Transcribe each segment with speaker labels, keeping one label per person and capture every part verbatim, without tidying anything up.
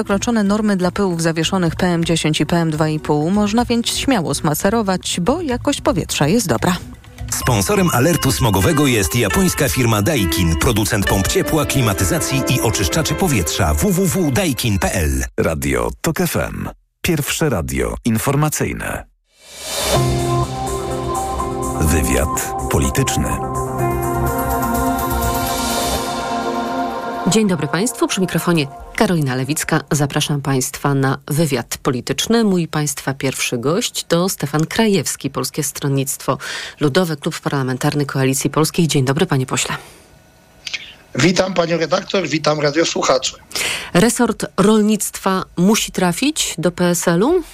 Speaker 1: przekroczone normy dla pyłów zawieszonych P M dziesięć i P M dwa i pół. Można więc śmiało spacerować, bo jakość powietrza jest dobra.
Speaker 2: Sponsorem alertu smogowego jest japońska firma Daikin, producent pomp ciepła, klimatyzacji i oczyszczaczy powietrza. w w w kropka daikin kropka p l.
Speaker 3: Radio TOK F M. Pierwsze radio informacyjne. Wywiad polityczny.
Speaker 4: Dzień dobry Państwu, przy mikrofonie Karolina Lewicka. Zapraszam Państwa na wywiad polityczny. Mój Państwa pierwszy gość to Stefan Krajewski, Polskie Stronnictwo Ludowe, Klub Parlamentarny Koalicji Polskiej. Dzień dobry, panie pośle.
Speaker 5: Witam panią redaktor, witam radiosłuchaczy.
Speaker 4: Resort rolnictwa musi trafić do P S L u?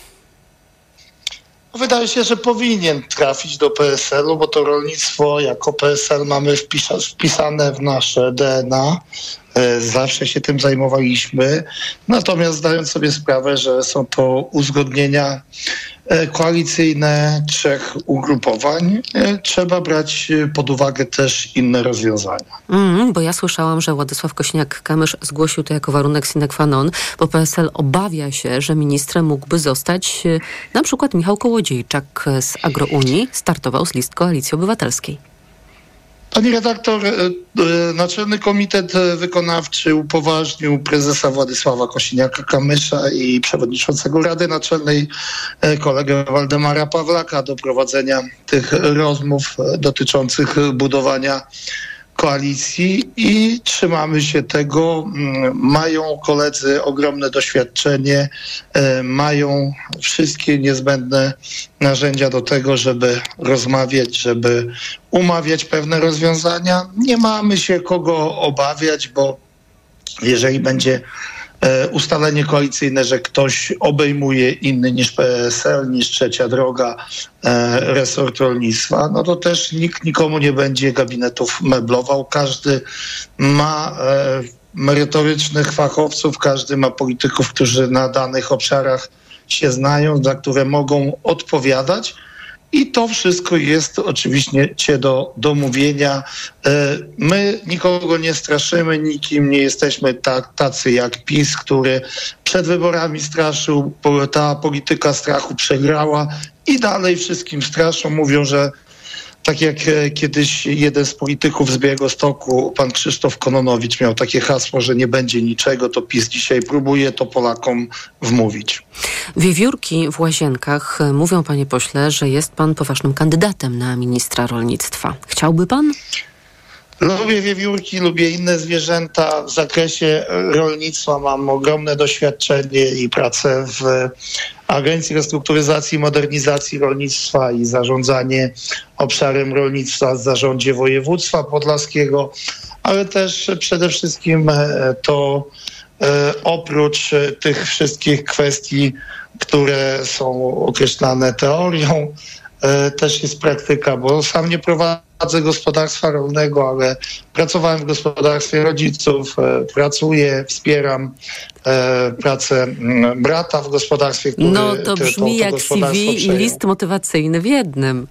Speaker 5: Wydaje się, że powinien trafić do P S L u, bo to rolnictwo jako P S L mamy wpisa- wpisane w nasze D N A. Zawsze się tym zajmowaliśmy. Natomiast zdając sobie sprawę, że są to uzgodnienia koalicyjne trzech ugrupowań, trzeba brać pod uwagę też inne rozwiązania.
Speaker 4: Mm, bo ja słyszałam, że Władysław Kosiniak-Kamysz zgłosił to jako warunek sine qua non, bo P S L obawia się, że ministrem mógłby zostać na przykład Michał Kołodziejczak z Agrounii, startował z list Koalicji Obywatelskiej.
Speaker 5: Pani redaktor, Naczelny Komitet Wykonawczy upoważnił prezesa Władysława Kosiniaka-Kamysza i przewodniczącego Rady Naczelnej kolegę Waldemara Pawlaka do prowadzenia tych rozmów dotyczących budowania koalicji i trzymamy się tego. Mają koledzy ogromne doświadczenie, mają wszystkie niezbędne narzędzia do tego, żeby rozmawiać, żeby umawiać pewne rozwiązania. Nie mamy się kogo obawiać, bo jeżeli będzie ustalenie koalicyjne, że ktoś obejmuje inny niż P S L, niż Trzecia Droga, resort rolnictwa, no to też nikt nikomu nie będzie gabinetów meblował. Każdy ma merytorycznych fachowców, każdy ma polityków, którzy na danych obszarach się znają, za które mogą odpowiadać. I to wszystko jest oczywiście do domówienia. My nikogo nie straszymy, nikim nie jesteśmy tak, tacy jak PiS, który przed wyborami straszył, ta polityka strachu przegrała i dalej wszystkim straszą. Mówią, że tak jak kiedyś jeden z polityków z Białegostoku, pan Krzysztof Kononowicz, miał takie hasło, że nie będzie niczego, to PiS dzisiaj próbuje to Polakom wmówić.
Speaker 4: Wiewiórki w Łazienkach mówią, panie pośle, że jest pan poważnym kandydatem na ministra rolnictwa. Chciałby pan?
Speaker 5: Lubię wiewiórki, lubię inne zwierzęta. W zakresie rolnictwa mam ogromne doświadczenie i pracę w Agencji Restrukturyzacji i Modernizacji Rolnictwa i zarządzanie obszarem rolnictwa w zarządzie województwa podlaskiego, ale też przede wszystkim to oprócz tych wszystkich kwestii, które są określane teorią, też jest praktyka, bo sam nie prowadzę gospodarstwa rolnego, ale pracowałem w gospodarstwie rodziców, pracuję, wspieram pracę brata w gospodarstwie, który...
Speaker 4: No to brzmi to, to jak C V i list motywacyjny w jednym.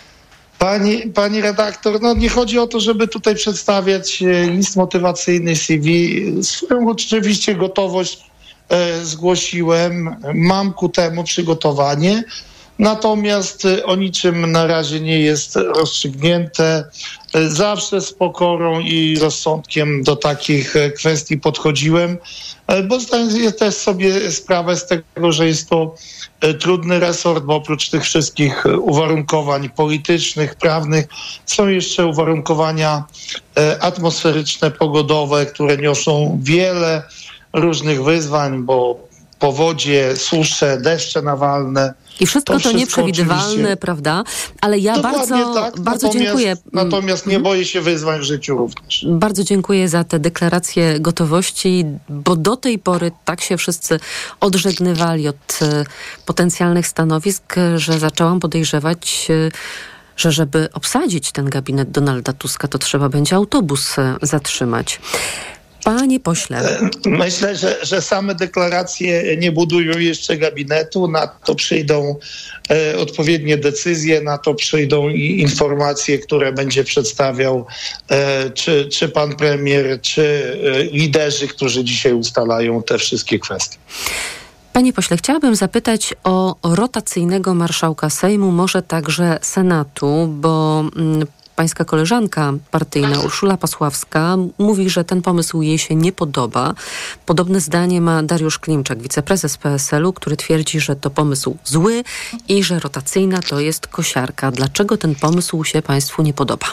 Speaker 5: Pani, pani redaktor, no nie chodzi o to, żeby tutaj przedstawiać list motywacyjny C V. Swoją oczywiście gotowość e, zgłosiłem, mam ku temu przygotowanie. Natomiast o niczym na razie nie jest rozstrzygnięte. Zawsze z pokorą i rozsądkiem do takich kwestii podchodziłem, bo zdaję też sobie sprawę z tego, że jest to trudny resort, bo oprócz tych wszystkich uwarunkowań politycznych, prawnych są jeszcze uwarunkowania atmosferyczne, pogodowe, które niosą wiele różnych wyzwań, bo powodzie, susze, deszcze nawalne.
Speaker 4: I wszystko to,
Speaker 5: wszystko
Speaker 4: nieprzewidywalne,
Speaker 5: oczywiście.
Speaker 4: Prawda? Ale ja bardzo,
Speaker 5: tak,
Speaker 4: bardzo
Speaker 5: natomiast,
Speaker 4: dziękuję.
Speaker 5: Natomiast nie boję się wyzwań w życiu również.
Speaker 4: Bardzo dziękuję za tę deklarację gotowości, bo do tej pory tak się wszyscy odżegnywali od e, potencjalnych stanowisk, że zaczęłam podejrzewać, e, że żeby obsadzić ten gabinet Donalda Tuska, to trzeba będzie autobus e, zatrzymać. Panie pośle.
Speaker 5: Myślę, że, że same deklaracje nie budują jeszcze gabinetu. Na to przyjdą e, odpowiednie decyzje, na to przyjdą i informacje, które będzie przedstawiał e, czy, czy pan premier, czy e, liderzy, którzy dzisiaj ustalają te wszystkie kwestie.
Speaker 4: Panie pośle, chciałabym zapytać o rotacyjnego marszałka Sejmu, może także Senatu, bo mm, pańska koleżanka partyjna Urszula Pasławska mówi, że ten pomysł jej się nie podoba. Podobne zdanie ma Dariusz Klimczak, wiceprezes P S L u, który twierdzi, że to pomysł zły i że rotacyjna to jest kosiarka. Dlaczego ten pomysł się państwu nie podoba?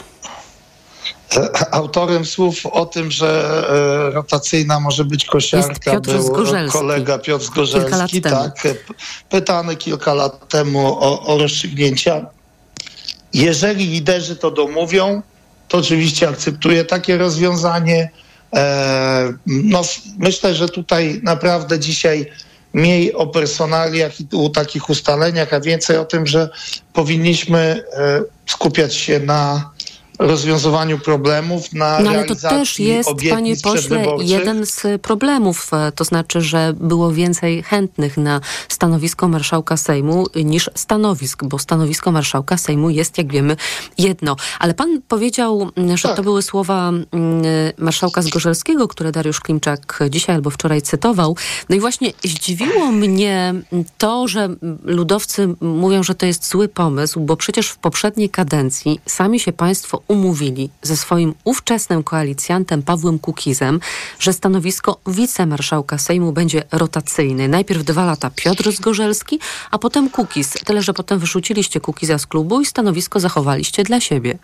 Speaker 5: Autorem słów o tym, że e, rotacyjna może być kosiarka,
Speaker 4: Piotr
Speaker 5: był
Speaker 4: Zgorzelski.
Speaker 5: kolega Piotr Zgorzelski.
Speaker 4: Kilka lat
Speaker 5: tak, pytany kilka lat temu o, o rozstrzygnięcia. Jeżeli liderzy to domówią, to oczywiście akceptuję takie rozwiązanie. E, no, myślę, że tutaj naprawdę dzisiaj mniej o personaliach i o takich ustaleniach, a więcej o tym, że powinniśmy e, skupiać się na rozwiązywaniu problemów, na
Speaker 4: no, ale
Speaker 5: realizacji
Speaker 4: to też jest, panie pośle, jeden z problemów. To znaczy, że było więcej chętnych na stanowisko marszałka Sejmu niż stanowisk, bo stanowisko marszałka Sejmu jest, jak wiemy, jedno. Ale pan powiedział, że tak. To były słowa marszałka Zgorzelskiego, które Dariusz Klimczak dzisiaj albo wczoraj cytował. No i właśnie zdziwiło mnie to, że ludowcy mówią, że to jest zły pomysł, bo przecież w poprzedniej kadencji sami się państwo umówili ze swoim ówczesnym koalicjantem Pawłem Kukizem, że stanowisko wicemarszałka Sejmu będzie rotacyjne. Najpierw dwa lata Piotr Zgorzelski, a potem Kukiz. Tyle, że potem wyrzuciliście Kukiza z klubu i stanowisko zachowaliście dla siebie.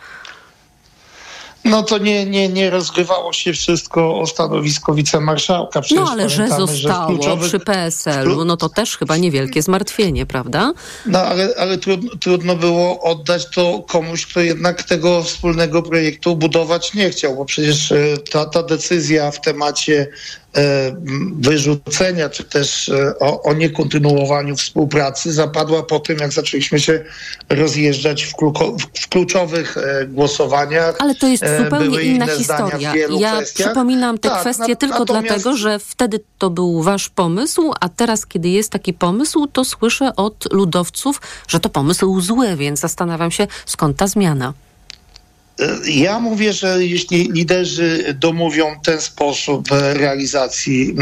Speaker 5: No to nie, nie, nie rozgrywało się wszystko o stanowisko wicemarszałka. Przecież
Speaker 4: no ale że zostało że kluczowych... przy P S L u, no to też chyba niewielkie zmartwienie, prawda?
Speaker 5: No ale, ale trudno, trudno było oddać to komuś, kto jednak tego wspólnego projektu budować nie chciał, bo przecież ta, ta decyzja w temacie e, wyrzucenia, czy też e, o, o niekontynuowaniu współpracy zapadła po tym, jak zaczęliśmy się rozjeżdżać w, kluko, w kluczowych e, głosowaniach.
Speaker 4: Ale to jest zupełnie inna historia. Ja kwestiach. przypominam te tak, kwestie na, tylko natomiast... dlatego, że wtedy to był wasz pomysł, a teraz, kiedy jest taki pomysł, to słyszę od ludowców, że to pomysł zły, więc zastanawiam się, skąd ta zmiana.
Speaker 5: Ja mówię, że jeśli liderzy domówią ten sposób realizacji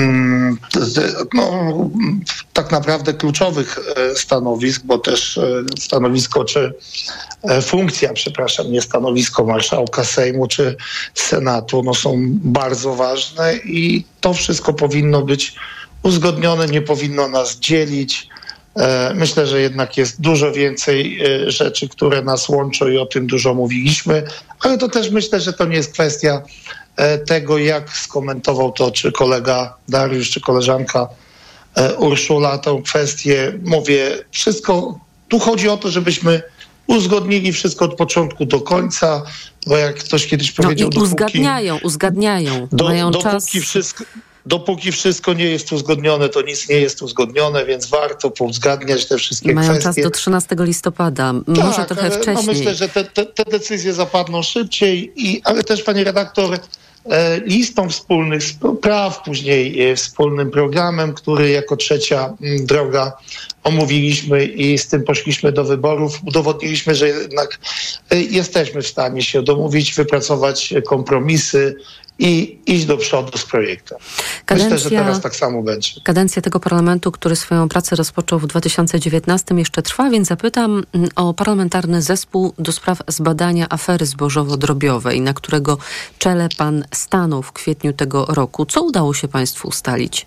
Speaker 5: no, tak naprawdę kluczowych stanowisk, bo też stanowisko czy funkcja, przepraszam, nie stanowisko marszałka Sejmu czy Senatu, no są bardzo ważne i to wszystko powinno być uzgodnione, nie powinno nas dzielić. Myślę, że jednak jest dużo więcej rzeczy, które nas łączą i o tym dużo mówiliśmy, ale to też myślę, że to nie jest kwestia tego, jak skomentował to czy kolega Dariusz, czy koleżanka Urszula tę kwestię. Mówię, wszystko, tu chodzi o to, żebyśmy uzgodnili wszystko od początku do końca, bo jak ktoś kiedyś powiedział...
Speaker 4: No i uzgadniają, dopóki, uzgadniają, do, mają
Speaker 5: dopóki
Speaker 4: czas...
Speaker 5: Wszystko, Dopóki wszystko nie jest uzgodnione, to nic nie jest uzgodnione, więc warto pouzgadniać te wszystkie
Speaker 4: Mają
Speaker 5: kwestie.
Speaker 4: Mają czas do trzynastego listopada, może
Speaker 5: tak,
Speaker 4: trochę
Speaker 5: ale,
Speaker 4: wcześniej.
Speaker 5: No myślę, że te, te, te decyzje zapadną szybciej, i, ale też, panie redaktor, e, listą wspólnych praw, później e, wspólnym programem, który jako trzecia m, droga omówiliśmy i z tym poszliśmy do wyborów. Udowodniliśmy, że jednak e, jesteśmy w stanie się domówić, wypracować kompromisy i iść do przodu z projektem. Kadencja, Myślę, że teraz tak samo będzie.
Speaker 4: Kadencja tego parlamentu, który swoją pracę rozpoczął w dwa tysiące dziewiętnastym, jeszcze trwa, więc zapytam o parlamentarny zespół do spraw zbadania afery zbożowo-drobiowej, na którego czele pan stanął w kwietniu tego roku. Co udało się państwu ustalić?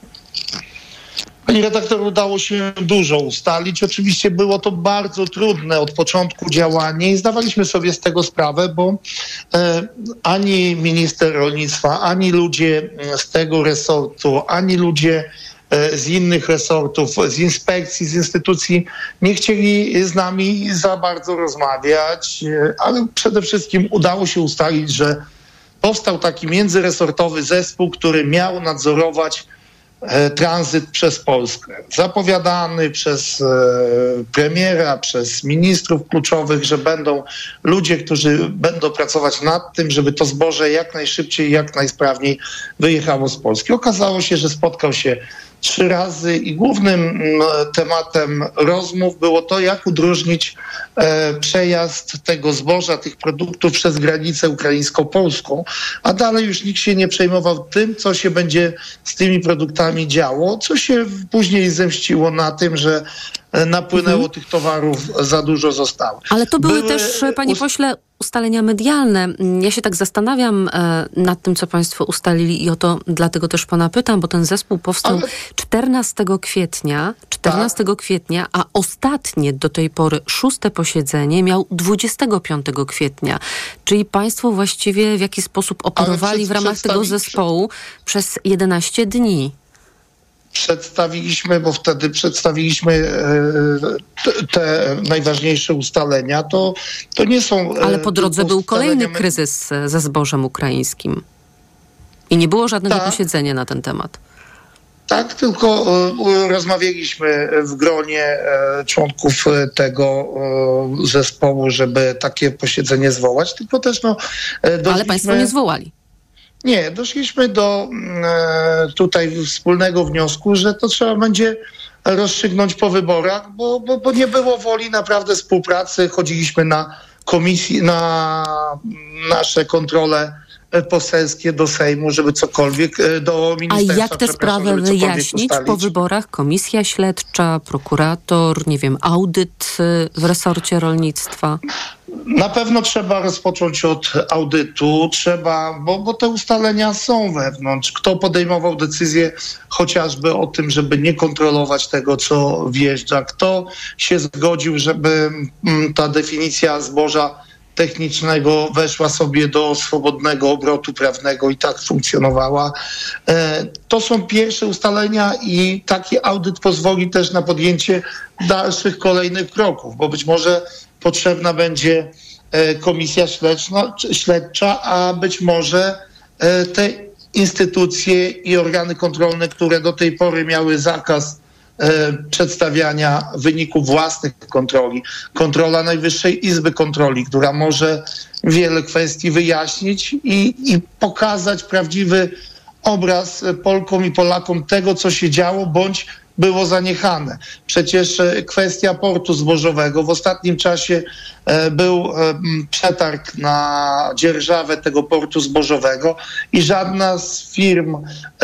Speaker 5: Pani redaktor, udało się dużo ustalić. Oczywiście było to bardzo trudne od początku działanie i zdawaliśmy sobie z tego sprawę, bo e, ani minister rolnictwa, ani ludzie z tego resortu, ani ludzie e, z innych resortów, z inspekcji, z instytucji nie chcieli z nami za bardzo rozmawiać, e, ale przede wszystkim udało się ustalić, że powstał taki międzyresortowy zespół, który miał nadzorować tranzyt przez Polskę. Zapowiadany przez premiera, przez ministrów kluczowych, że będą ludzie, którzy będą pracować nad tym, żeby to zboże jak najszybciej, jak najsprawniej wyjechało z Polski. Okazało się, że spotkał się trzy razy i głównym tematem rozmów było to, jak udrożnić e, przejazd tego zboża, tych produktów przez granicę ukraińsko-polską, a dalej już nikt się nie przejmował tym, co się będzie z tymi produktami działo, co się później zemściło na tym, że napłynęło mhm. tych towarów, za dużo zostało.
Speaker 4: Ale to były, były też, panie
Speaker 5: ust-
Speaker 4: pośle, ustalenia medialne. Ja się tak zastanawiam e, nad tym, co państwo ustalili i o to dlatego też pana pytam, bo ten zespół powstał Ale... czternastego kwietnia, czternastego tak. kwietnia, a ostatnie do tej pory szóste posiedzenie miał dwudziestego piątego kwietnia. Czyli państwo właściwie w jakiś sposób operowali w ramach tego zespołu przez jedenaście dni.
Speaker 5: Przedstawiliśmy, bo wtedy przedstawiliśmy te, te najważniejsze ustalenia, to, to nie są...
Speaker 4: Ale po drodze był kolejny kryzys ze zbożem ukraińskim. I nie było żadnego tak. posiedzenia na ten temat.
Speaker 5: Tak, tylko rozmawialiśmy w gronie członków tego zespołu, żeby takie posiedzenie zwołać, tylko też no... Doszliśmy...
Speaker 4: Ale państwo nie zwołali.
Speaker 5: Nie, doszliśmy do e, tutaj wspólnego wniosku, że to trzeba będzie rozstrzygnąć po wyborach, bo, bo, bo nie było woli naprawdę współpracy. Chodziliśmy na komisji, na nasze kontrole poselskie do Sejmu, żeby cokolwiek do ministerstwa...
Speaker 4: A jak tę sprawę wyjaśnić po wyborach? Komisja śledcza, prokurator, nie wiem, audyt w resorcie rolnictwa?
Speaker 5: Na pewno trzeba rozpocząć od audytu, trzeba, bo, bo te ustalenia są wewnątrz. Kto podejmował decyzję chociażby o tym, żeby nie kontrolować tego, co wjeżdża? Kto się zgodził, żeby m, ta definicja zboża technicznego weszła sobie do swobodnego obrotu prawnego i tak funkcjonowała. E, to są pierwsze ustalenia i taki audyt pozwoli też na podjęcie dalszych, kolejnych kroków, bo być może potrzebna będzie e, komisja śledcza, śledcza, a być może e, te instytucje i organy kontrolne, które do tej pory miały zakaz przedstawiania wyników własnych kontroli. Kontrola Najwyższej Izby Kontroli, która może wiele kwestii wyjaśnić i, i pokazać prawdziwy obraz Polkom i Polakom tego, co się działo, bądź było zaniechane. Przecież kwestia portu zbożowego. W ostatnim czasie był przetarg na dzierżawę tego portu zbożowego i żadna z firm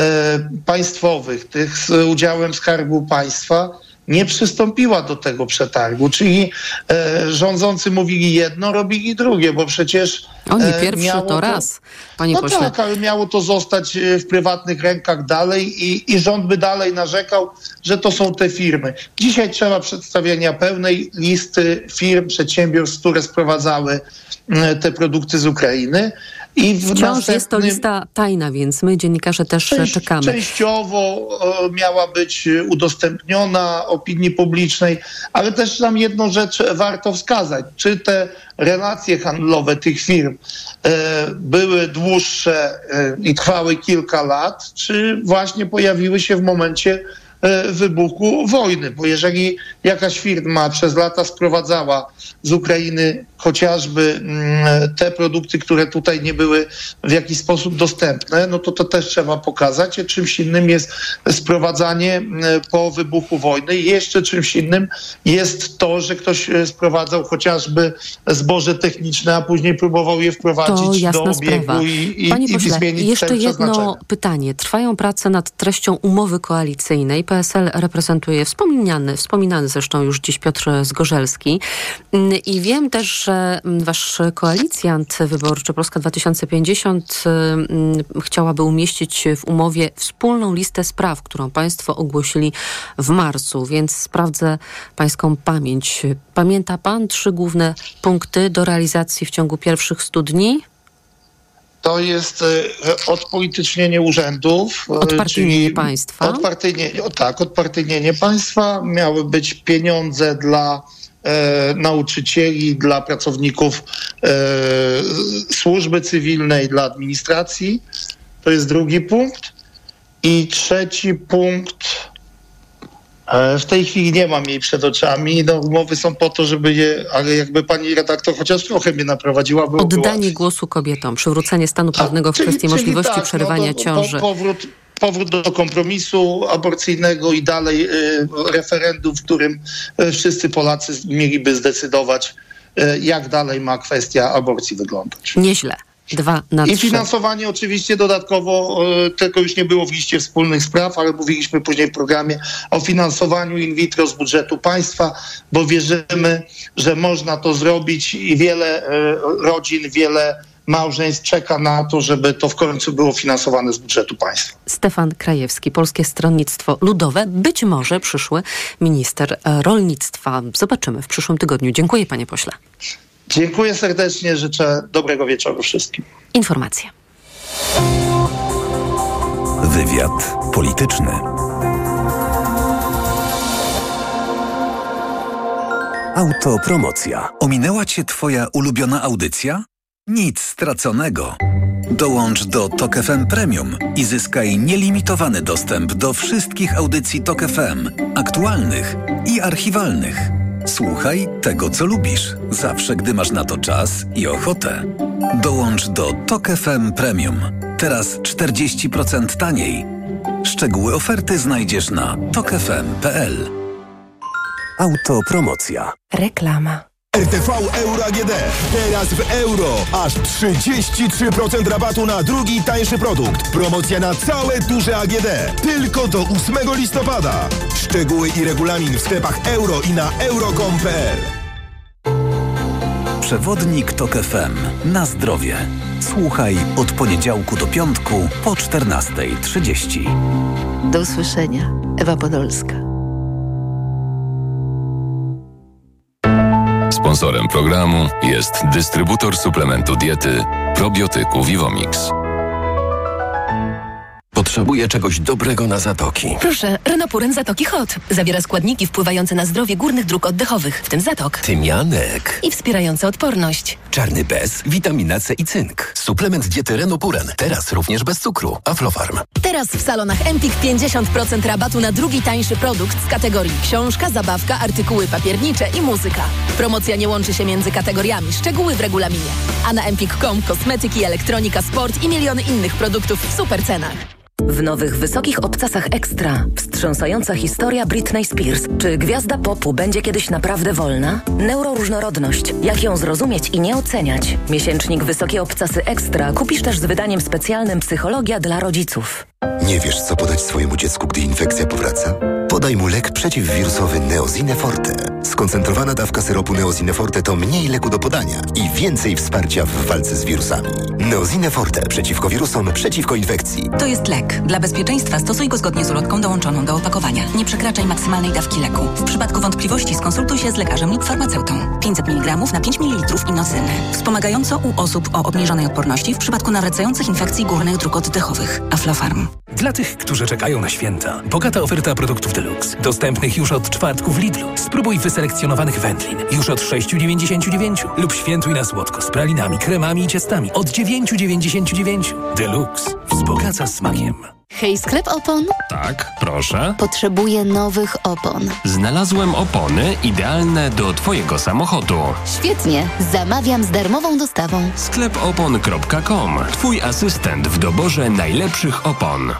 Speaker 5: państwowych, tych z udziałem Skarbu Państwa, nie przystąpiła do tego przetargu. Czyli e, rządzący mówili jedno, robili drugie, bo przecież...
Speaker 4: O nie, pierwszy to, to raz, panie
Speaker 5: no
Speaker 4: pośle.
Speaker 5: tak, ale miało to zostać w prywatnych rękach dalej i, i rząd by dalej narzekał, że to są te firmy. Dzisiaj trzeba przedstawienia pełnej listy firm, przedsiębiorstw, które sprowadzały te produkty z Ukrainy. I w
Speaker 4: Wciąż następnym... jest to lista tajna, więc my, dziennikarze, też Część, czekamy.
Speaker 5: Częściowo e, miała być udostępniona opinii publicznej, ale też nam jedną rzecz warto wskazać. Czy te relacje handlowe tych firm e, były dłuższe e, i trwały kilka lat, czy właśnie pojawiły się w momencie wybuchu wojny, bo jeżeli jakaś firma przez lata sprowadzała z Ukrainy chociażby te produkty, które tutaj nie były w jakiś sposób dostępne, no to to też trzeba pokazać. Czymś innym jest sprowadzanie po wybuchu wojny i jeszcze czymś innym jest to, że ktoś sprowadzał chociażby zboże techniczne, a później próbował je wprowadzić do obiegu sprawa. i, i,
Speaker 4: Panie
Speaker 5: i
Speaker 4: pośle,
Speaker 5: zmienić
Speaker 4: jeszcze
Speaker 5: cel
Speaker 4: jedno
Speaker 5: przeznaczenia.
Speaker 4: pytanie. Trwają prace nad treścią umowy koalicyjnej. P S L reprezentuje wspominany, wspominany zresztą już dziś Piotr Zgorzelski. I wiem też, że wasz koalicjant wyborczy Polska dwa tysiące pięćdziesiąt chciałaby umieścić w umowie wspólną listę spraw, którą państwo ogłosili w marcu, więc sprawdzę pańską pamięć. Pamięta pan trzy główne punkty do realizacji w ciągu pierwszych stu dni?
Speaker 5: To jest odpolitycznienie urzędów.
Speaker 4: Odpartyjnienie państwa.
Speaker 5: Odpartyjnienie, tak, odpartyjnienie państwa. Miały być pieniądze dla e, nauczycieli, dla pracowników e, służby cywilnej, dla administracji. To jest drugi punkt. I trzeci punkt, w tej chwili nie mam jej przed oczami. No, umowy są po to, żeby je, ale jakby pani redaktor chociaż trochę mnie naprowadziła.
Speaker 4: Oddanie głosu kobietom, przywrócenie stanu prawnego w
Speaker 5: czyli,
Speaker 4: kwestii
Speaker 5: czyli
Speaker 4: możliwości
Speaker 5: tak,
Speaker 4: przerywania
Speaker 5: no,
Speaker 4: ciąży.
Speaker 5: Po, powrót, powrót do kompromisu aborcyjnego i dalej y, referendum, w którym y, wszyscy Polacy mieliby zdecydować, y, jak dalej ma kwestia aborcji wyglądać.
Speaker 4: Nieźle. Dwa na trzy.
Speaker 5: I finansowanie oczywiście dodatkowo, y, tego już nie było w liście wspólnych spraw, ale mówiliśmy później w programie o finansowaniu in vitro z budżetu państwa, bo wierzymy, że można to zrobić i wiele y, rodzin, wiele małżeństw czeka na to, żeby to w końcu było finansowane z budżetu państwa.
Speaker 4: Stefan Krajewski, Polskie Stronnictwo Ludowe, być może przyszły minister rolnictwa. Zobaczymy w przyszłym tygodniu. Dziękuję, panie pośle.
Speaker 5: Dziękuję serdecznie, życzę dobrego wieczoru wszystkim.
Speaker 4: Informacje.
Speaker 3: Wywiad polityczny. Autopromocja. Ominęła cię twoja ulubiona audycja? Nic straconego. Dołącz do Tok F M Premium i zyskaj nielimitowany dostęp do wszystkich audycji Tok F M, aktualnych i archiwalnych. Słuchaj tego, co lubisz, zawsze, gdy masz na to czas i ochotę. Dołącz do Tok F M Premium. Teraz czterdzieści procent taniej. Szczegóły oferty znajdziesz na tok f m kropka p l. Autopromocja.
Speaker 4: Reklama.
Speaker 6: R T V Euro A G D. Teraz w euro. Aż trzydzieści trzy procent rabatu na drugi tańszy produkt. Promocja na całe duże A G D. Tylko do ósmego listopada. Szczegóły i regulamin w sklepach euro i na euro kropka com kropka p l.
Speaker 3: Przewodnik Tok F M. Na zdrowie. Słuchaj od poniedziałku do piątku po czternasta trzydzieści.
Speaker 7: Do usłyszenia. Ewa Podolska.
Speaker 8: Sponsorem programu jest dystrybutor suplementu diety probiotyku Vivomix.
Speaker 9: Potrzebuję czegoś dobrego na zatoki.
Speaker 10: Proszę, Renopuren Zatoki Hot. Zawiera składniki wpływające na zdrowie górnych dróg oddechowych, w tym zatok.
Speaker 9: Tymianek.
Speaker 10: I wspierające odporność.
Speaker 9: Czarny bez, witamina C i cynk. Suplement diety Renopuren. Teraz również bez cukru. Aflofarm.
Speaker 10: Teraz w salonach Empik pięćdziesiąt procent rabatu na drugi tańszy produkt z kategorii książka, zabawka, artykuły papiernicze i muzyka. Promocja nie łączy się między kategoriami. Szczegóły w regulaminie. A na empik kropka com kosmetyki, elektronika, sport i miliony innych produktów w super cenach.
Speaker 11: W nowych wysokich obcasach Extra wstrząsająca historia Britney Spears. Czy gwiazda popu będzie kiedyś naprawdę wolna? Neuroróżnorodność. Jak ją zrozumieć i nie oceniać? Miesięcznik Wysokie Obcasy Extra kupisz też z wydaniem specjalnym Psychologia dla rodziców.
Speaker 12: Nie wiesz, co podać swojemu dziecku, gdy infekcja powraca? Podaj mu lek przeciwwirusowy Neosine Forte. Skoncentrowana dawka syropu Neosine Forte to mniej leku do podania i więcej wsparcia w walce z wirusami. Neosine Forte przeciwko wirusom, przeciwko infekcji.
Speaker 13: To jest lek. Dla bezpieczeństwa stosuj go zgodnie z ulotką dołączoną do opakowania. Nie przekraczaj maksymalnej dawki leku. W przypadku wątpliwości skonsultuj się z lekarzem lub farmaceutą. pięćset miligramów na pięć mililitrów inocyny. Wspomagająco u osób o obniżonej odporności w przypadku nawracających infekcji górnych dróg oddechowych. Aflofarm.
Speaker 14: Dla tych, którzy czekają na święta, bogata oferta produktów Deluxe. Dostępnych już od czwartku w Lidlu. Spróbuj wyselekcjonowanych wędlin. Już od sześć dziewięćdziesiąt dziewięć lub świętuj na słodko z pralinami, kremami i ciastami od dziewięć dziewięćdziesiąt dziewięć. Deluxe. Wzbogaca smakiem.
Speaker 15: Hej, sklep opon?
Speaker 16: Tak, proszę.
Speaker 15: Potrzebuję nowych opon.
Speaker 16: Znalazłem opony idealne do twojego samochodu.
Speaker 15: Świetnie, zamawiam z darmową dostawą.
Speaker 16: sklep opon kropka com. Twój asystent w doborze najlepszych opon.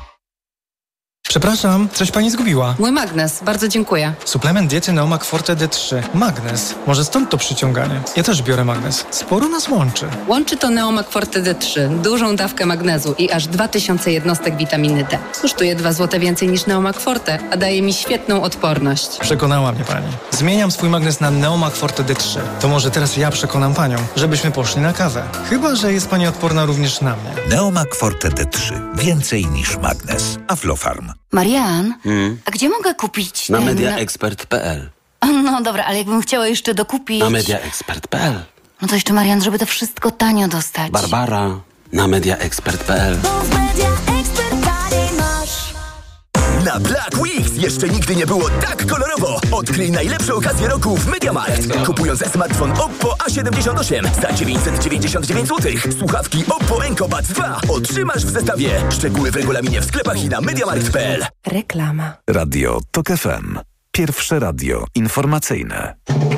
Speaker 17: Przepraszam, coś pani zgubiła.
Speaker 4: Mój magnes, bardzo dziękuję.
Speaker 17: Suplement diety Neomak Forte D trzy. Magnes. Może stąd to przyciąganie. Ja też biorę magnes. Sporo nas łączy.
Speaker 4: Łączy to Neomak Forte D trzy. Dużą dawkę magnezu i aż dwa tysiące jednostek witaminy D. Kosztuje dwa złote więcej niż Neomak Forte, a daje mi świetną odporność.
Speaker 17: Przekonała mnie pani. Zmieniam swój magnes na Neomak Forte D trzy. To może teraz ja przekonam panią, żebyśmy poszli na kawę. Chyba że jest pani odporna również na mnie.
Speaker 2: Neomak Forte D trzy. Więcej niż magnes. Aflofarm.
Speaker 18: Marian,
Speaker 19: hmm?
Speaker 18: a gdzie mogę kupić
Speaker 19: Na
Speaker 18: ten...
Speaker 19: mediaexpert kropka p l.
Speaker 18: No dobra, ale jakbym chciała jeszcze dokupić...
Speaker 19: Na mediaexpert kropka p l.
Speaker 18: No to jeszcze, Marian, żeby to wszystko tanio dostać.
Speaker 19: Barbara, na mediaexpert kropka p l.
Speaker 20: Na Black Weeks jeszcze nigdy nie było tak kolorowo. Odkryj najlepsze okazje roku w MediaMarkt. Kupując smartfon Oppo A siedemdziesiąt osiem za dziewięćset dziewięćdziesiąt dziewięć złotych, słuchawki Oppo Enco Buds dwa otrzymasz w zestawie. Szczegóły w regulaminie w sklepach i na mediamarkt kropka p l.
Speaker 10: Reklama.
Speaker 3: Radio TOK F M. Pierwsze radio informacyjne.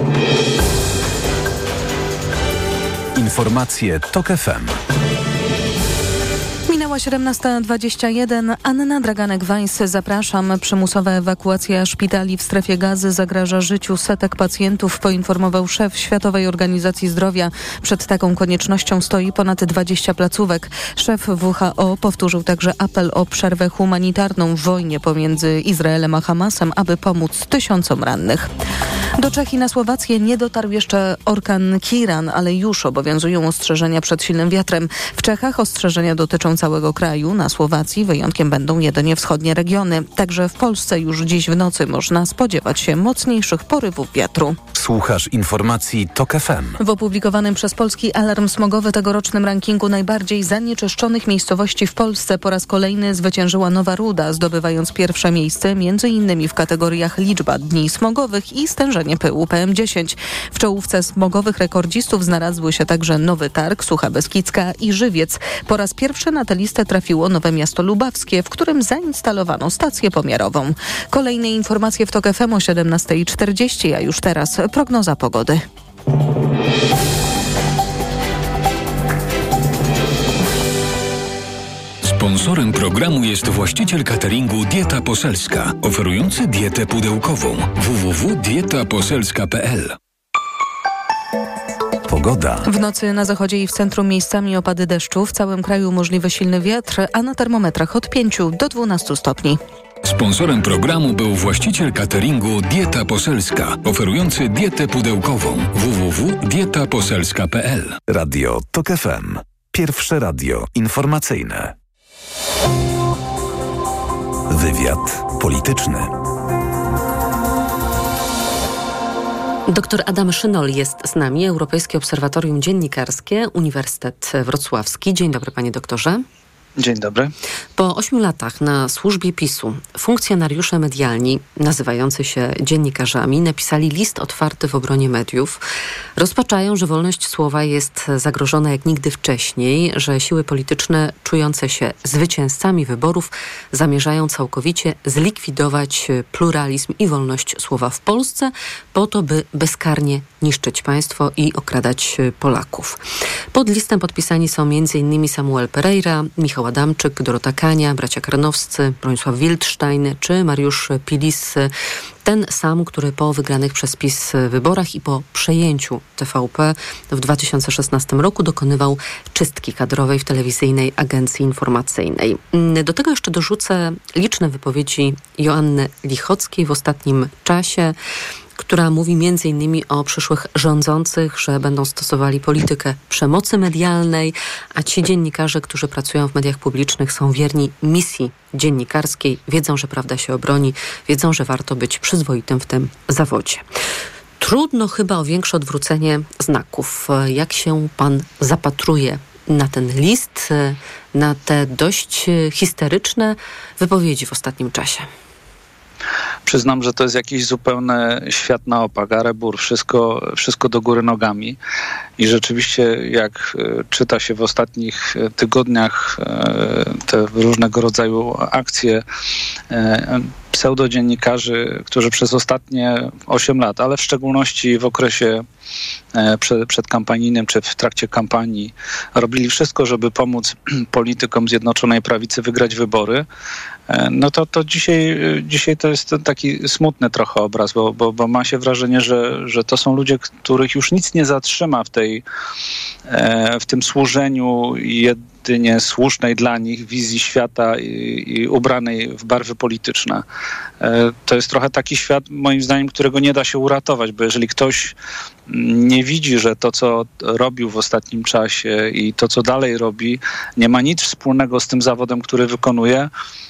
Speaker 3: Informacje TOK F M.
Speaker 1: Minęła siedemnasta dwadzieścia jeden. Anna Draganek-Weiss, zapraszam. Przymusowa ewakuacja szpitali w strefie Gazy zagraża życiu setek pacjentów, poinformował szef Światowej Organizacji Zdrowia. Przed taką koniecznością stoi ponad dwadzieścia placówek. Szef W H O powtórzył także apel o przerwę humanitarną w wojnie pomiędzy Izraelem a Hamasem, aby pomóc tysiącom rannych. Do Czech i na Słowację nie dotarł jeszcze orkan Kiran, ale już obowiązują ostrzeżenia przed silnym wiatrem. W Czechach ostrzeżenia dotyczą całego kraju. Na Słowacji wyjątkiem będą jedynie wschodnie regiony. Także w Polsce już dziś w nocy można spodziewać się mocniejszych porywów wiatru.
Speaker 3: Słuchasz informacji TOK F M.
Speaker 1: W opublikowanym przez Polski Alarm Smogowy tegorocznym rankingu najbardziej zanieczyszczonych miejscowości w Polsce po raz kolejny zwyciężyła Nowa Ruda, zdobywając pierwsze miejsce między innymi w kategoriach liczba dni smogowych i stężenie pyłu P M dziesięć. W czołówce smogowych rekordzistów znalazły się także Nowy Targ, Sucha Beskidzka i Żywiec. Po raz pierwszy na tę listę trafiło Nowe Miasto Lubawskie, w którym zainstalowano stację pomiarową. Kolejne informacje w TOK F M o siedemnasta czterdzieści, a już teraz prognoza pogody.
Speaker 16: Sponsorem programu jest właściciel cateringu Dieta Poselska, oferujący dietę pudełkową. w w w kropka dieta poselska kropka p l.
Speaker 3: Pogoda.
Speaker 1: W nocy na zachodzie i w centrum miejscami opady deszczu, w całym kraju możliwy silny wiatr, a na termometrach od pięciu do dwunastu stopni.
Speaker 16: Sponsorem programu był właściciel cateringu Dieta Poselska, oferujący dietę pudełkową. w w w kropka dieta poselska kropka p l.
Speaker 3: Radio TOK F M. Pierwsze radio informacyjne. Wywiad polityczny.
Speaker 4: Doktor Adam Szynol jest z nami, Europejskie Obserwatorium Dziennikarskie, Uniwersytet Wrocławski. Dzień dobry, panie doktorze.
Speaker 21: Dzień dobry.
Speaker 4: Po ośmiu latach na służbie PiSu funkcjonariusze medialni, nazywający się dziennikarzami, napisali list otwarty w obronie mediów. Rozpaczają, że wolność słowa jest zagrożona jak nigdy wcześniej, że siły polityczne czujące się zwycięzcami wyborów zamierzają całkowicie zlikwidować pluralizm i wolność słowa w Polsce po to, by bezkarnie niszczyć państwo i okradać Polaków. Pod listem podpisani są między innymi Samuel Pereira, Michał Adamczyk, Dorota Kania, bracia Karnowscy, Bronisław Wildstein czy Mariusz Pilis. Ten sam, który po wygranych przez PiS wyborach i po przejęciu T V P w dwa tysiące szesnastym roku dokonywał czystki kadrowej w telewizyjnej agencji informacyjnej. Do tego jeszcze dorzucę liczne wypowiedzi Joanny Lichockiej w ostatnim czasie, która mówi między innymi o przyszłych rządzących, że będą stosowali politykę przemocy medialnej, a ci dziennikarze, którzy pracują w mediach publicznych, są wierni misji dziennikarskiej, wiedzą, że prawda się obroni, wiedzą, że warto być przyzwoitym w tym zawodzie. Trudno chyba o większe odwrócenie znaków. Jak się pan zapatruje na ten list, na te dość histeryczne wypowiedzi w ostatnim czasie?
Speaker 21: Przyznam, że to jest jakiś zupełny świat na opak, arebur, wszystko, wszystko do góry nogami. I rzeczywiście jak czyta się w ostatnich tygodniach te różnego rodzaju akcje pseudodziennikarzy, którzy przez ostatnie osiem lat, ale w szczególności w okresie przed, przedkampanijnym czy w trakcie kampanii robili wszystko, żeby pomóc politykom Zjednoczonej Prawicy wygrać wybory, no to, to dzisiaj, dzisiaj to jest taki smutny trochę obraz, bo, bo, bo ma się wrażenie, że, że to są ludzie, których już nic nie zatrzyma w tej, w tym służeniu jedynie słusznej dla nich wizji świata i, i ubranej w barwy polityczne. To jest trochę taki świat, moim zdaniem, którego nie da się uratować, bo jeżeli ktoś nie widzi, że to, co robił w ostatnim czasie i to, co dalej robi, nie ma nic wspólnego z tym zawodem, który wykonuje,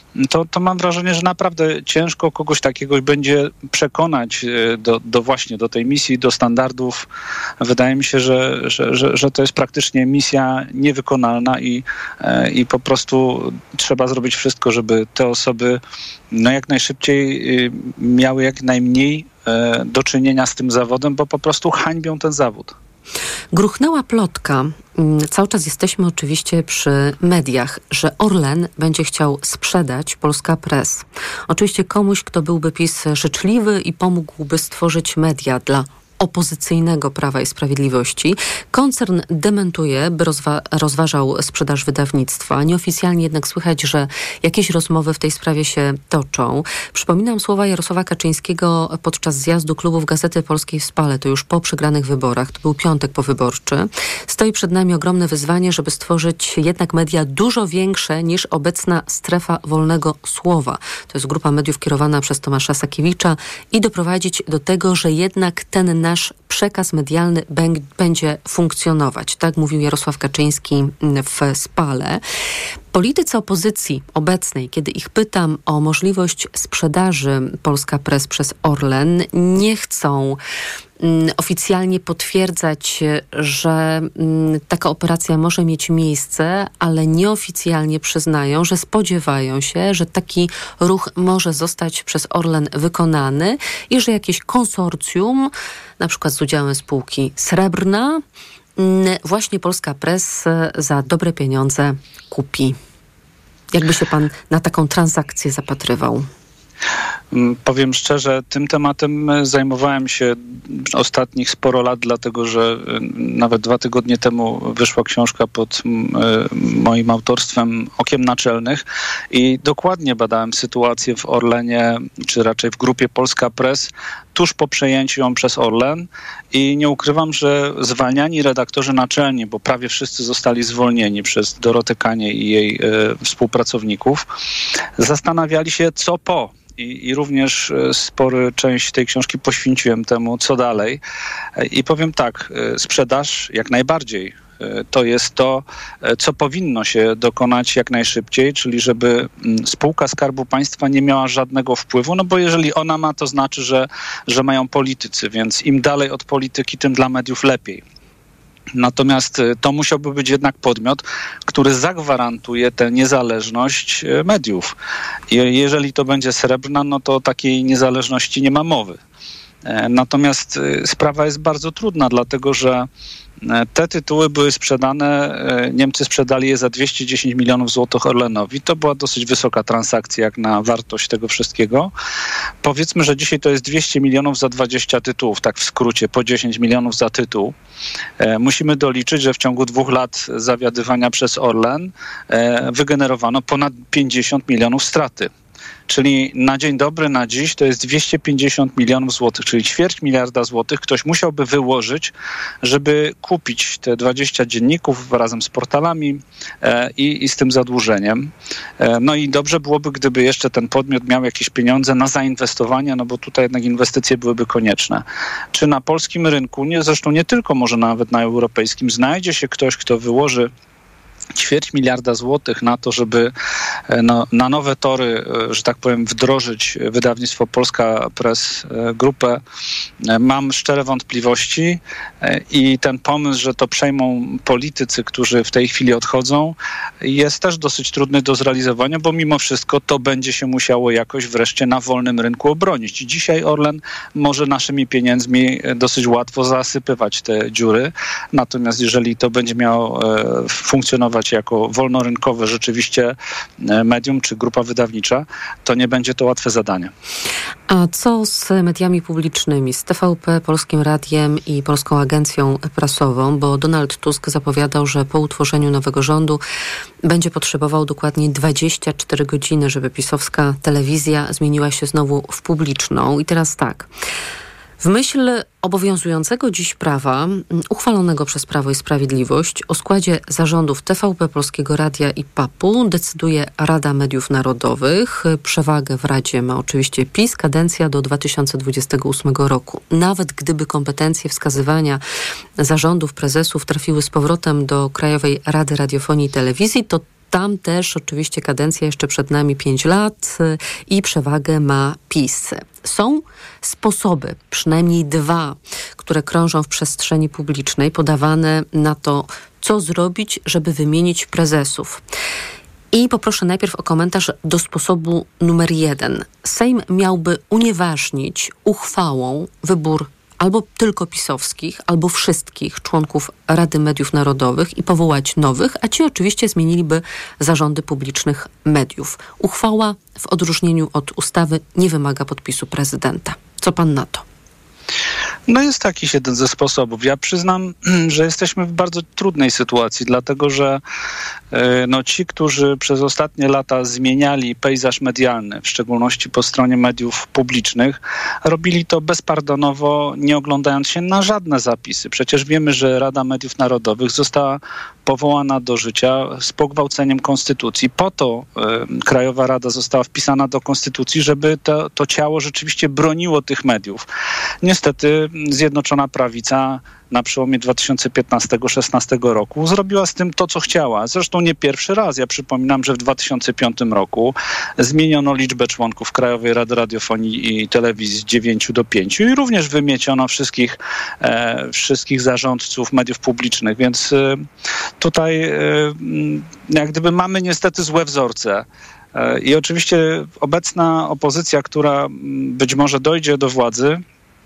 Speaker 21: to, to mam wrażenie, że naprawdę ciężko kogoś takiego będzie przekonać do, do właśnie do tej misji, do standardów. Wydaje mi się, że, że, że, że to jest praktycznie misja niewykonalna i, i po prostu trzeba zrobić wszystko, żeby te osoby no jak najszybciej miały jak najmniej do czynienia z tym zawodem, bo po prostu hańbią ten zawód.
Speaker 4: Gruchnęła plotka, cały czas jesteśmy oczywiście przy mediach, że Orlen będzie chciał sprzedać Polska Press. Oczywiście komuś, kto byłby PiS życzliwy i pomógłby stworzyć media dla opozycyjnego Prawa i Sprawiedliwości. Koncern dementuje, by rozwa- rozważał sprzedaż wydawnictwa. Nieoficjalnie jednak słychać, że jakieś rozmowy w tej sprawie się toczą. Przypominam słowa Jarosława Kaczyńskiego podczas zjazdu klubów Gazety Polskiej w Spale. To już po przegranych wyborach. To był piątek powyborczy. Stoi przed nami ogromne wyzwanie, żeby stworzyć jednak media dużo większe niż obecna strefa wolnego słowa. To jest grupa mediów kierowana przez Tomasza Sakiewicza i doprowadzić do tego, że jednak ten nasz przekaz medialny b- będzie funkcjonować. Tak mówił Jarosław Kaczyński w Spale. Politycy opozycji obecnej, kiedy ich pytam o możliwość sprzedaży Polska Press przez Orlen, nie chcą mm, oficjalnie potwierdzać, że mm, taka operacja może mieć miejsce, ale nieoficjalnie przyznają, że spodziewają się, że taki ruch może zostać przez Orlen wykonany i że jakieś konsorcjum, na przykład z udziałem spółki Srebrna, właśnie Polska Press za dobre pieniądze kupi. Jakby się pan na taką transakcję zapatrywał?
Speaker 21: Powiem szczerze, tym tematem zajmowałem się ostatnich sporo lat, dlatego że nawet dwa tygodnie temu wyszła książka pod moim autorstwem Okiem Naczelnych i dokładnie badałem sytuację w Orlenie, czy raczej w grupie Polska Press, tuż po przejęciu ją przez Orlen i nie ukrywam, że zwalniani redaktorzy naczelni, bo prawie wszyscy zostali zwolnieni przez Dorotę Kanię i jej y, współpracowników, zastanawiali się, co po. I, I również spory część tej książki poświęciłem temu, co dalej. I powiem tak, sprzedaż jak najbardziej. To jest to, co powinno się dokonać jak najszybciej, czyli żeby spółka Skarbu Państwa nie miała żadnego wpływu, no bo jeżeli ona ma, to znaczy, że, że mają politycy, więc im dalej od polityki, tym dla mediów lepiej. Natomiast to musiałby być jednak podmiot, który zagwarantuje tę niezależność mediów. I jeżeli to będzie Srebrna, no to takiej niezależności nie ma mowy. Natomiast sprawa jest bardzo trudna, dlatego że te tytuły były sprzedane, Niemcy sprzedali je za dwieście dziesięć milionów złotych Orlenowi. To była dosyć wysoka transakcja jak na wartość tego wszystkiego. Powiedzmy, że dzisiaj to jest dwieście milionów za dwadzieścia tytułów, tak w skrócie, po dziesięć milionów za tytuł. Musimy doliczyć, że w ciągu dwóch lat zawiadywania przez Orlen wygenerowano ponad pięćdziesiąt milionów straty. Czyli na dzień dobry, na dziś to jest dwieście pięćdziesiąt milionów złotych, czyli ćwierć miliarda złotych ktoś musiałby wyłożyć, żeby kupić te dwadzieścia dzienników razem z portalami e, i, i z tym zadłużeniem. E, no i dobrze byłoby, gdyby jeszcze ten podmiot miał jakieś pieniądze na zainwestowanie, no bo tutaj jednak inwestycje byłyby konieczne. Czy na polskim rynku, nie, zresztą nie tylko, może nawet na europejskim, znajdzie się ktoś, kto wyłoży ćwierć miliarda złotych na to, żeby no, na nowe tory, że tak powiem, wdrożyć wydawnictwo Polska Press Grupę. Mam szczere wątpliwości i ten pomysł, że to przejmą politycy, którzy w tej chwili odchodzą, jest też dosyć trudny do zrealizowania, bo mimo wszystko to będzie się musiało jakoś wreszcie na wolnym rynku obronić. Dzisiaj Orlen może naszymi pieniędzmi dosyć łatwo zasypywać te dziury, natomiast jeżeli to będzie miało funkcjonować jako wolnorynkowe rzeczywiście medium czy grupa wydawnicza, to nie będzie to łatwe zadanie.
Speaker 4: A co z mediami publicznymi, z T V P, Polskim Radiem i Polską Agencją Prasową? Bo Donald Tusk zapowiadał, że po utworzeniu nowego rządu będzie potrzebował dokładnie dwadzieścia cztery godziny, żeby pisowska telewizja zmieniła się znowu w publiczną. I teraz tak. W myśl obowiązującego dziś prawa, uchwalonego przez Prawo i Sprawiedliwość, o składzie zarządów T V P, Polskiego Radia i P A P-u decyduje Rada Mediów Narodowych. Przewagę w Radzie ma oczywiście PiS, kadencja do dwa tysiące dwudziestego ósmego roku. Nawet gdyby kompetencje wskazywania zarządów, prezesów trafiły z powrotem do Krajowej Rady Radiofonii i Telewizji, to Tam też oczywiście kadencja jeszcze przed nami pięć lat i przewagę ma PiS. Są sposoby, przynajmniej dwa, które krążą w przestrzeni publicznej, podawane na to, co zrobić, żeby wymienić prezesów. I poproszę najpierw o komentarz do sposobu numer jeden. Sejm miałby unieważnić uchwałą wybór albo tylko pisowskich, albo wszystkich członków Rady Mediów Narodowych i powołać nowych, a ci oczywiście zmieniliby zarządy publicznych mediów. Uchwała w odróżnieniu od ustawy nie wymaga podpisu prezydenta. Co pan na to?
Speaker 21: No jest jakiś jeden ze sposobów. Ja przyznam, że jesteśmy w bardzo trudnej sytuacji, dlatego że no, ci, którzy przez ostatnie lata zmieniali pejzaż medialny, w szczególności po stronie mediów publicznych, robili to bezpardonowo, nie oglądając się na żadne zapisy. Przecież wiemy, że Rada Mediów Narodowych została powołana do życia z pogwałceniem konstytucji. Po to y, Krajowa Rada została wpisana do konstytucji, żeby to, to ciało rzeczywiście broniło tych mediów. Niestety Zjednoczona Prawica na przełomie dwa tysiące piętnastego do dwa tysiące szesnastego roku zrobiła z tym to, co chciała. Zresztą nie pierwszy raz. Ja przypominam, że w dwa tysiące piątym roku zmieniono liczbę członków Krajowej Rady Radiofonii i Telewizji z dziewięciu do pięciu i również wymieciono wszystkich, e, wszystkich zarządców mediów publicznych. Więc e, tutaj e, jak gdyby mamy niestety złe wzorce. E, I oczywiście obecna opozycja, która być może dojdzie do władzy,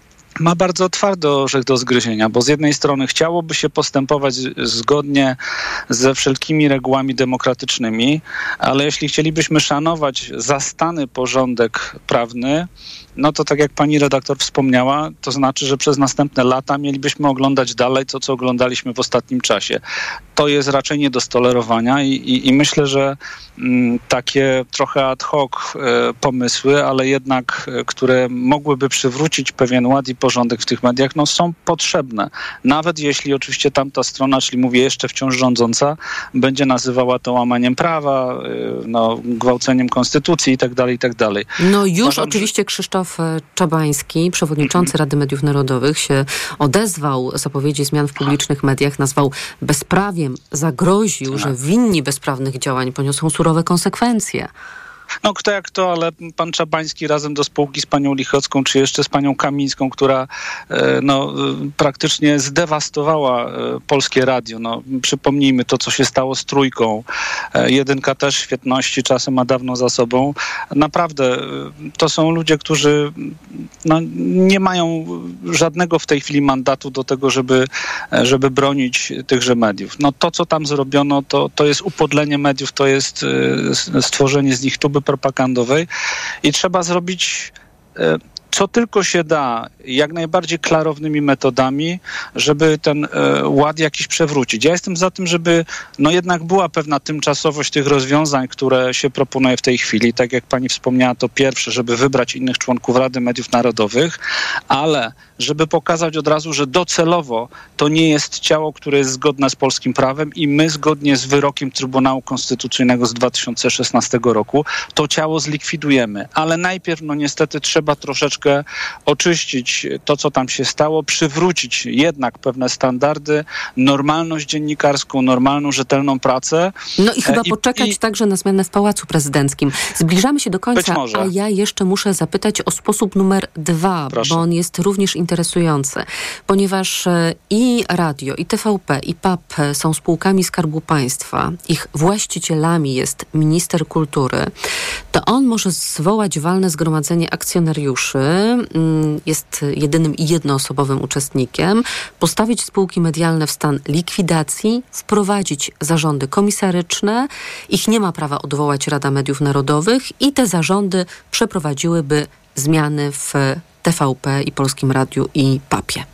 Speaker 21: ma bardzo twardy orzech do zgryzienia, bo z jednej strony chciałoby się postępować zgodnie ze wszelkimi regułami demokratycznymi, ale jeśli chcielibyśmy szanować zastany porządek prawny, no to tak jak pani redaktor wspomniała, to znaczy, że przez następne lata mielibyśmy oglądać dalej to, co oglądaliśmy w ostatnim czasie. To jest raczej nie do stolerowania i, i, i myślę, że m, takie trochę ad hoc e, pomysły, ale jednak, e, które mogłyby przywrócić pewien ład i porządek w tych mediach, no są potrzebne. Nawet jeśli oczywiście tamta strona, czyli mówię jeszcze wciąż rządząca, będzie nazywała to łamaniem prawa, e, no, gwałceniem konstytucji i tak dalej, i tak dalej.
Speaker 4: No już
Speaker 21: Uważam,
Speaker 4: oczywiście że... Krzysztof Czabański, przewodniczący Rady Mediów Narodowych, się odezwał zapowiedzi zmian w publicznych mediach, nazwał bezprawiem, zagroził, tak. że winni bezprawnych działań poniosą surowe konsekwencje.
Speaker 21: No kto jak to, ale pan Czabański razem do spółki z panią Lichocką, czy jeszcze z panią Kamińską, która no, praktycznie zdewastowała polskie radio. No, przypomnijmy to, co się stało z Trójką. Jedynka też świetności, czasem ma dawno za sobą. Naprawdę to są ludzie, którzy no, nie mają żadnego w tej chwili mandatu do tego, żeby, żeby bronić tychże mediów. No to, co tam zrobiono, to, to jest upodlenie mediów, to jest stworzenie z nich tuby propagandowej i trzeba zrobić e, co tylko się da, jak najbardziej klarownymi metodami, żeby ten e, ład jakiś przewrócić. Ja jestem za tym, żeby no jednak była pewna tymczasowość tych rozwiązań, które się proponuje w tej chwili. Tak jak pani wspomniała, to pierwsze, żeby wybrać innych członków Rady Mediów Narodowych, ale żeby pokazać od razu, że docelowo to nie jest ciało, które jest zgodne z polskim prawem i my zgodnie z wyrokiem Trybunału Konstytucyjnego z dwa tysiące szesnastego roku to ciało zlikwidujemy. Ale najpierw no niestety trzeba troszeczkę oczyścić to, co tam się stało, przywrócić jednak pewne standardy, normalność dziennikarską, normalną, rzetelną pracę.
Speaker 4: No i chyba
Speaker 21: I,
Speaker 4: poczekać
Speaker 21: i...
Speaker 4: także na zmianę w Pałacu Prezydenckim. Zbliżamy się do końca, a ja jeszcze muszę zapytać o sposób numer dwa, Proszę. bo on jest również interesujący, ponieważ i radio, i T V P, i P A P są spółkami Skarbu Państwa, ich właścicielami jest minister kultury, to on może zwołać walne zgromadzenie akcjonariuszy, jest jedynym i jednoosobowym uczestnikiem, postawić spółki medialne w stan likwidacji, wprowadzić zarządy komisaryczne, ich nie ma prawa odwołać Rada Mediów Narodowych i te zarządy przeprowadziłyby zmiany w T V P i Polskim Radiu i P A P-ie.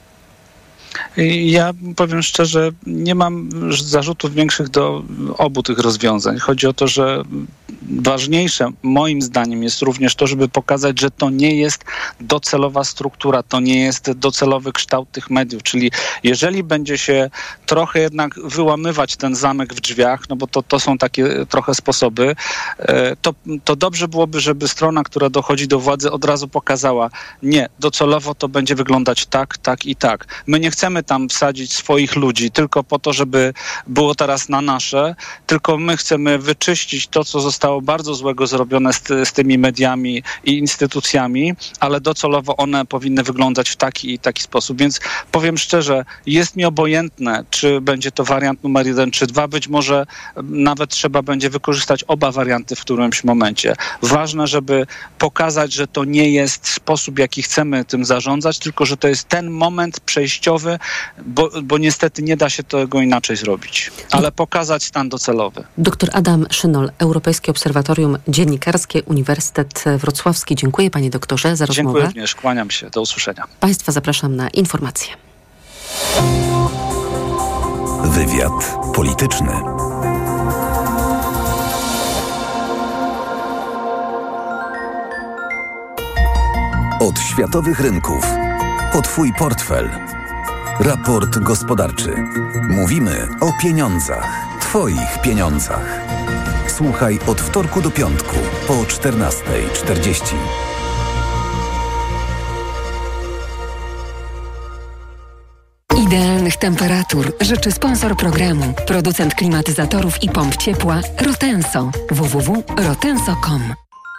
Speaker 21: Ja powiem szczerze, nie mam zarzutów większych do obu tych rozwiązań. Chodzi o to, że ważniejsze moim zdaniem jest również to, żeby pokazać, że to nie jest docelowa struktura, to nie jest docelowy kształt tych mediów, czyli jeżeli będzie się trochę jednak wyłamywać ten zamek w drzwiach, no bo to, to są takie trochę sposoby, to, to dobrze byłoby, żeby strona, która dochodzi do władzy, od razu pokazała, nie, docelowo to będzie wyglądać tak, tak i tak. My nie chcemy tam wsadzić swoich ludzi tylko po to, żeby było teraz na nasze, tylko my chcemy wyczyścić to, co zostało bardzo złego zrobione z, z tymi mediami i instytucjami, ale docelowo one powinny wyglądać w taki i taki sposób. Więc powiem szczerze, jest mi obojętne, czy będzie to wariant numer jeden, czy dwa. Być może nawet trzeba będzie wykorzystać oba warianty w którymś momencie. Ważne, żeby pokazać, że to nie jest sposób, jaki chcemy tym zarządzać, tylko że to jest ten moment przejściowy, bo, bo niestety nie da się tego inaczej zrobić. Ale pokazać stan docelowy.
Speaker 4: Doktor Adam Szynol, Europejskie Obserwatorium Dziennikarskie, Uniwersytet Wrocławski. Dziękuję panie doktorze za rozmowę.
Speaker 21: Dziękuję również, kłaniam się. Do usłyszenia.
Speaker 4: Państwa zapraszam na informacje.
Speaker 2: Wywiad polityczny. Od światowych rynków po Twój portfel. Raport gospodarczy. Mówimy o pieniądzach. Twoich pieniądzach. Słuchaj od wtorku do piątku po czternasta czterdzieści.
Speaker 5: Idealnych temperatur życzy sponsor programu, producent klimatyzatorów i pomp ciepła Rotenso. w w w kropka rotenso kropka com.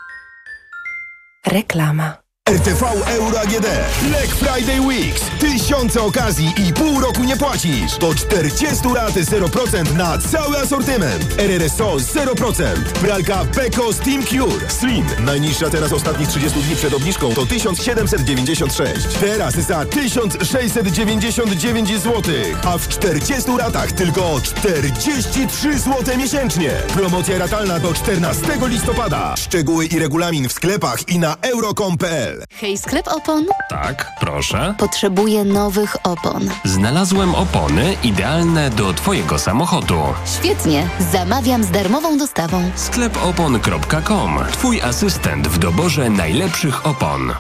Speaker 10: Reklama.
Speaker 6: R T V Euro A G D. Black Friday Weeks. Tysiące okazji i pół roku nie płacisz. Do czterdzieści lat zero procent na cały asortyment. R R S O zero procent. Pralka Beko Steam Cure Slim. Najniższa teraz ostatnich trzydziestu dni przed obniżką to tysiąc siedemset dziewięćdziesiąt sześć. Teraz za tysiąc sześćset dziewięćdziesiąt dziewięć złotych. A w czterdziestu ratach tylko czterdzieści trzy złote miesięcznie. Promocja ratalna do czternastego listopada. Szczegóły i regulamin w sklepach i na euro kropka com kropka p l.
Speaker 15: Hej, sklep opon?
Speaker 22: Tak, proszę.
Speaker 15: Potrzebuję nowych opon.
Speaker 22: Znalazłem opony idealne do Twojego samochodu.
Speaker 15: Świetnie, zamawiam z darmową dostawą.
Speaker 22: sklep opon kropka com. Twój asystent w doborze najlepszych opon.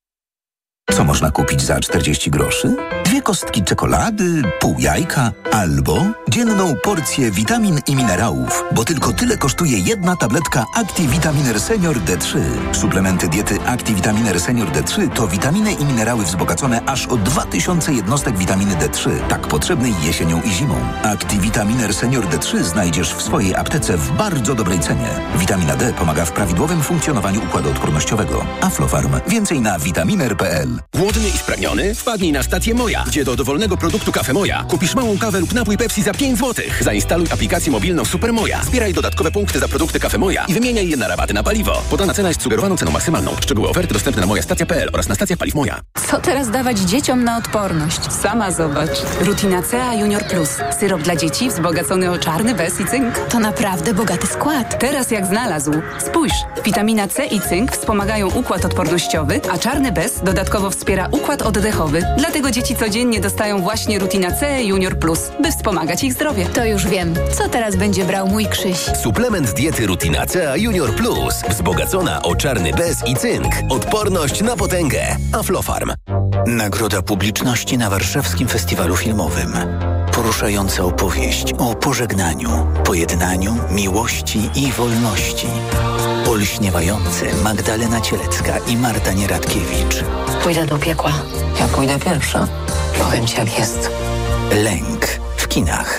Speaker 2: Co można kupić za czterdzieści groszy? Dwie kostki czekolady, pół jajka albo dzienną porcję witamin i minerałów, bo tylko tyle kosztuje jedna tabletka Activitaminer Senior D trzy. Suplementy diety Activitaminer Senior D trzy to witaminy i minerały wzbogacone aż o dwa tysiące jednostek witaminy D trzy, tak potrzebnej jesienią i zimą. Activitaminer Senior D trzy znajdziesz w swojej aptece w bardzo dobrej cenie. Witamina D pomaga w prawidłowym funkcjonowaniu układu odpornościowego. Aflofarm. Więcej na vitaminer kropka p l.
Speaker 9: Głodny i spragniony? Wpadnij na stację Moja, gdzie do dowolnego produktu Kafe Moja kupisz małą kawę lub napój Pepsi za pięć złotych. Zainstaluj aplikację mobilną Super Moja. Zbieraj dodatkowe punkty za produkty Kafe Moja i wymieniaj je na rabaty na paliwo. Podana cena jest sugerowaną ceną maksymalną. Szczegóły oferty dostępne na moja stacja kropka p l oraz na stacjach paliw Moja.
Speaker 13: Co teraz dawać dzieciom na odporność? Sama zobacz. Rutina C A Junior Plus. Syrop dla dzieci wzbogacony o czarny bez i cynk.
Speaker 10: To naprawdę bogaty skład.
Speaker 13: Teraz jak znalazł. Spójrz, witamina C i cynk wspomagają układ odpornościowy, a czarny bez dodatkowo wspiera układ oddechowy. Dlatego dzieci codziennie dostają właśnie Rutina C Junior Plus, by wspomagać ich zdrowie.
Speaker 10: To już wiem. Co teraz będzie brał mój Krzyś?
Speaker 9: Suplement diety Rutina C A Junior Plus. Wzbogacona o czarny bez i cynk. Odporność na potęgę. Aflofarm.
Speaker 23: Nagroda publiczności na Warszawskim Festiwalu Filmowym. Poruszająca opowieść o pożegnaniu, pojednaniu, miłości i wolności. Olśniewający Magdalena Cielecka i Marta Nieradkiewicz.
Speaker 24: Pójdę do piekła. Ja pójdę pierwsza. Powiem ci jak jest.
Speaker 23: Lęk w kinach.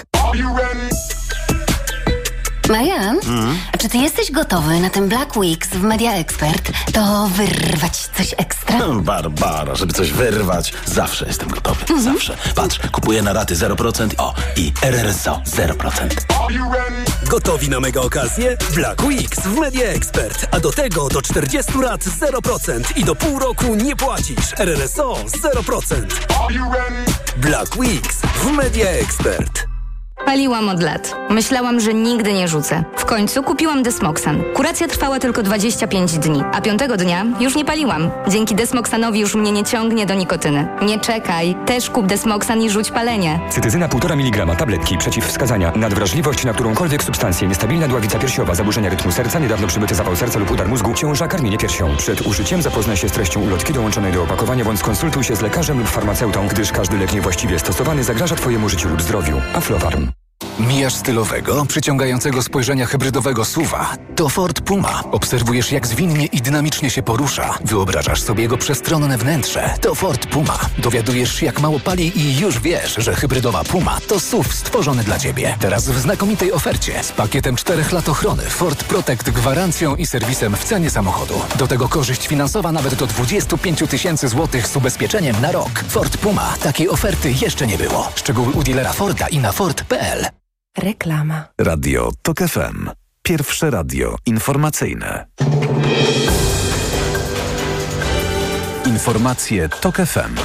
Speaker 18: Marian, mm? a czy ty jesteś gotowy na ten Black Weeks w Media Expert? To wyrwać coś ekstra?
Speaker 19: Barbara, żeby coś wyrwać, zawsze jestem gotowy, mm-hmm. zawsze. Patrz, kupuję na raty zero procent, o, i R R S O zero procent.
Speaker 25: Gotowi na mega okazję? Black Weeks w Media Expert, a do tego do czterdziestu rat zero procent i do pół roku nie płacisz. R R S O zero procent. Black Weeks w Media Expert.
Speaker 7: Paliłam od lat. Myślałam, że nigdy nie rzucę. W końcu kupiłam Desmoxan. Kuracja trwała tylko dwadzieścia pięć dni, a piątego dnia już nie paliłam. Dzięki Desmoxanowi już mnie nie ciągnie do nikotyny. Nie czekaj, też kup Desmoxan i rzuć palenie.
Speaker 8: Cytyzyna półtora miligrama, tabletki, przeciwwskazania, nadwrażliwość na którąkolwiek substancję, niestabilna dławica piersiowa, zaburzenia rytmu serca, niedawno przybyty zapał serca lub udar mózgu, ciąża, karmienie piersią. Przed użyciem zapoznaj się z treścią ulotki dołączonej do opakowania bądź skonsultuj się z lekarzem lub farmaceutą, gdyż każdy lek niewłaściwie stosowany zagraża Twojemu życiu lub zdrowiu. Aflofarm.
Speaker 11: Mijasz stylowego, przyciągającego spojrzenia hybrydowego S U V-a. To Ford Puma. Obserwujesz, jak zwinnie i dynamicznie się porusza. Wyobrażasz sobie jego przestronne wnętrze. To Ford Puma. Dowiadujesz się, jak mało pali i już wiesz, że hybrydowa Puma to S U V stworzony dla Ciebie. Teraz w znakomitej ofercie z pakietem czterech lat ochrony, Ford Protect, gwarancją i serwisem w cenie samochodu. Do tego korzyść finansowa nawet do dwadzieścia pięć tysięcy złotych z ubezpieczeniem na rok. Ford Puma. Takiej oferty jeszcze nie było. Szczegóły u dealera Forda i na Ford kropka p l.
Speaker 12: Reklama.
Speaker 14: Radio Tok F M. Pierwsze radio informacyjne. Informacje Tok F M.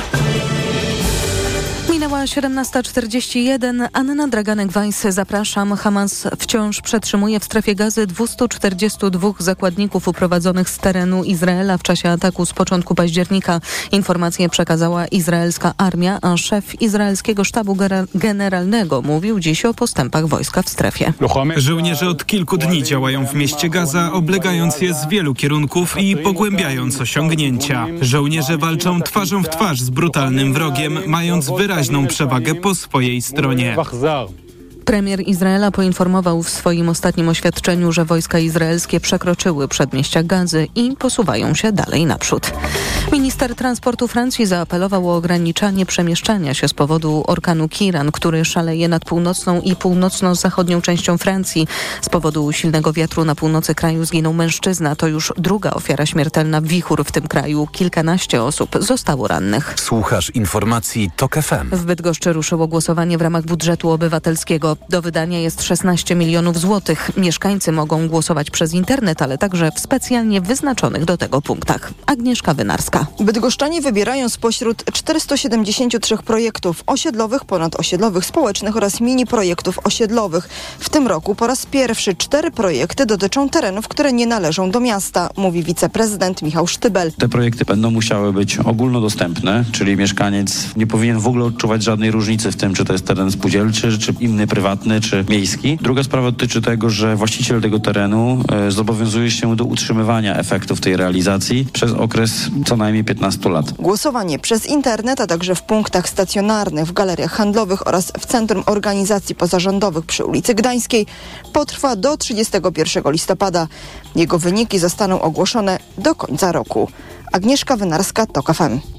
Speaker 1: Minęła siedemnasta czterdzieści jeden. Anna Draganek-Weiss, zapraszam. Hamas wciąż przetrzymuje w strefie gazy dwieście czterdzieści dwa zakładników uprowadzonych z terenu Izraela w czasie ataku z początku października. Informację przekazała izraelska armia, a szef izraelskiego sztabu generalnego mówił dziś o postępach wojska w strefie.
Speaker 26: Żołnierze od kilku dni działają w mieście Gaza, oblegając je z wielu kierunków i pogłębiając osiągnięcia. Żołnierze walczą twarzą w twarz z brutalnym wrogiem, mając wyraźną przewagę po swojej stronie.
Speaker 1: Premier Izraela poinformował w swoim ostatnim oświadczeniu, że wojska izraelskie przekroczyły przedmieścia Gazy i posuwają się dalej naprzód. Minister transportu Francji zaapelował o ograniczanie przemieszczania się z powodu orkanu Kiran, który szaleje nad północną i północno-zachodnią częścią Francji. Z powodu silnego wiatru na północy kraju zginął mężczyzna. To już druga ofiara śmiertelna wichur w tym kraju. Kilkanaście osób zostało rannych.
Speaker 14: Słuchasz informacji Tok F M.
Speaker 1: W Bydgoszczy ruszyło głosowanie w ramach budżetu obywatelskiego. Do wydania jest szesnaście milionów złotych. Mieszkańcy mogą głosować przez internet, ale także w specjalnie wyznaczonych do tego punktach. Agnieszka Wynarska.
Speaker 27: Bydgoszczanie wybierają spośród czterystu siedemdziesięciu trzech projektów osiedlowych, ponadosiedlowych, społecznych oraz mini projektów osiedlowych. W tym roku po raz pierwszy cztery projekty dotyczą terenów, które nie należą do miasta, mówi wiceprezydent Michał Sztybel.
Speaker 28: Te projekty będą musiały być ogólnodostępne, czyli mieszkaniec nie powinien w ogóle odczuwać żadnej różnicy w tym, czy to jest teren spółdzielczy, czy inny prywatny, czy miejski. Druga sprawa dotyczy tego, że właściciel tego terenu e, zobowiązuje się do utrzymywania efektów tej realizacji przez okres co najmniej piętnastu lat.
Speaker 27: Głosowanie przez internet, a także w punktach stacjonarnych, w galeriach handlowych oraz w Centrum Organizacji Pozarządowych przy ulicy Gdańskiej potrwa do trzydziestego pierwszego listopada. Jego wyniki zostaną ogłoszone do końca roku. Agnieszka Wynarska, Tok F M.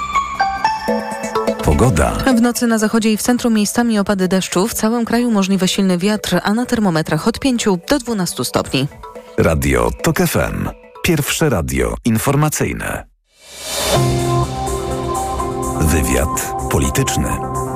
Speaker 14: Pogoda.
Speaker 1: W nocy na zachodzie i w centrum miejscami opady deszczu. W całym kraju możliwy silny wiatr, a na termometrach od pięciu do dwunastu stopni.
Speaker 14: Radio Tok F M. Pierwsze radio informacyjne. Wywiad polityczny.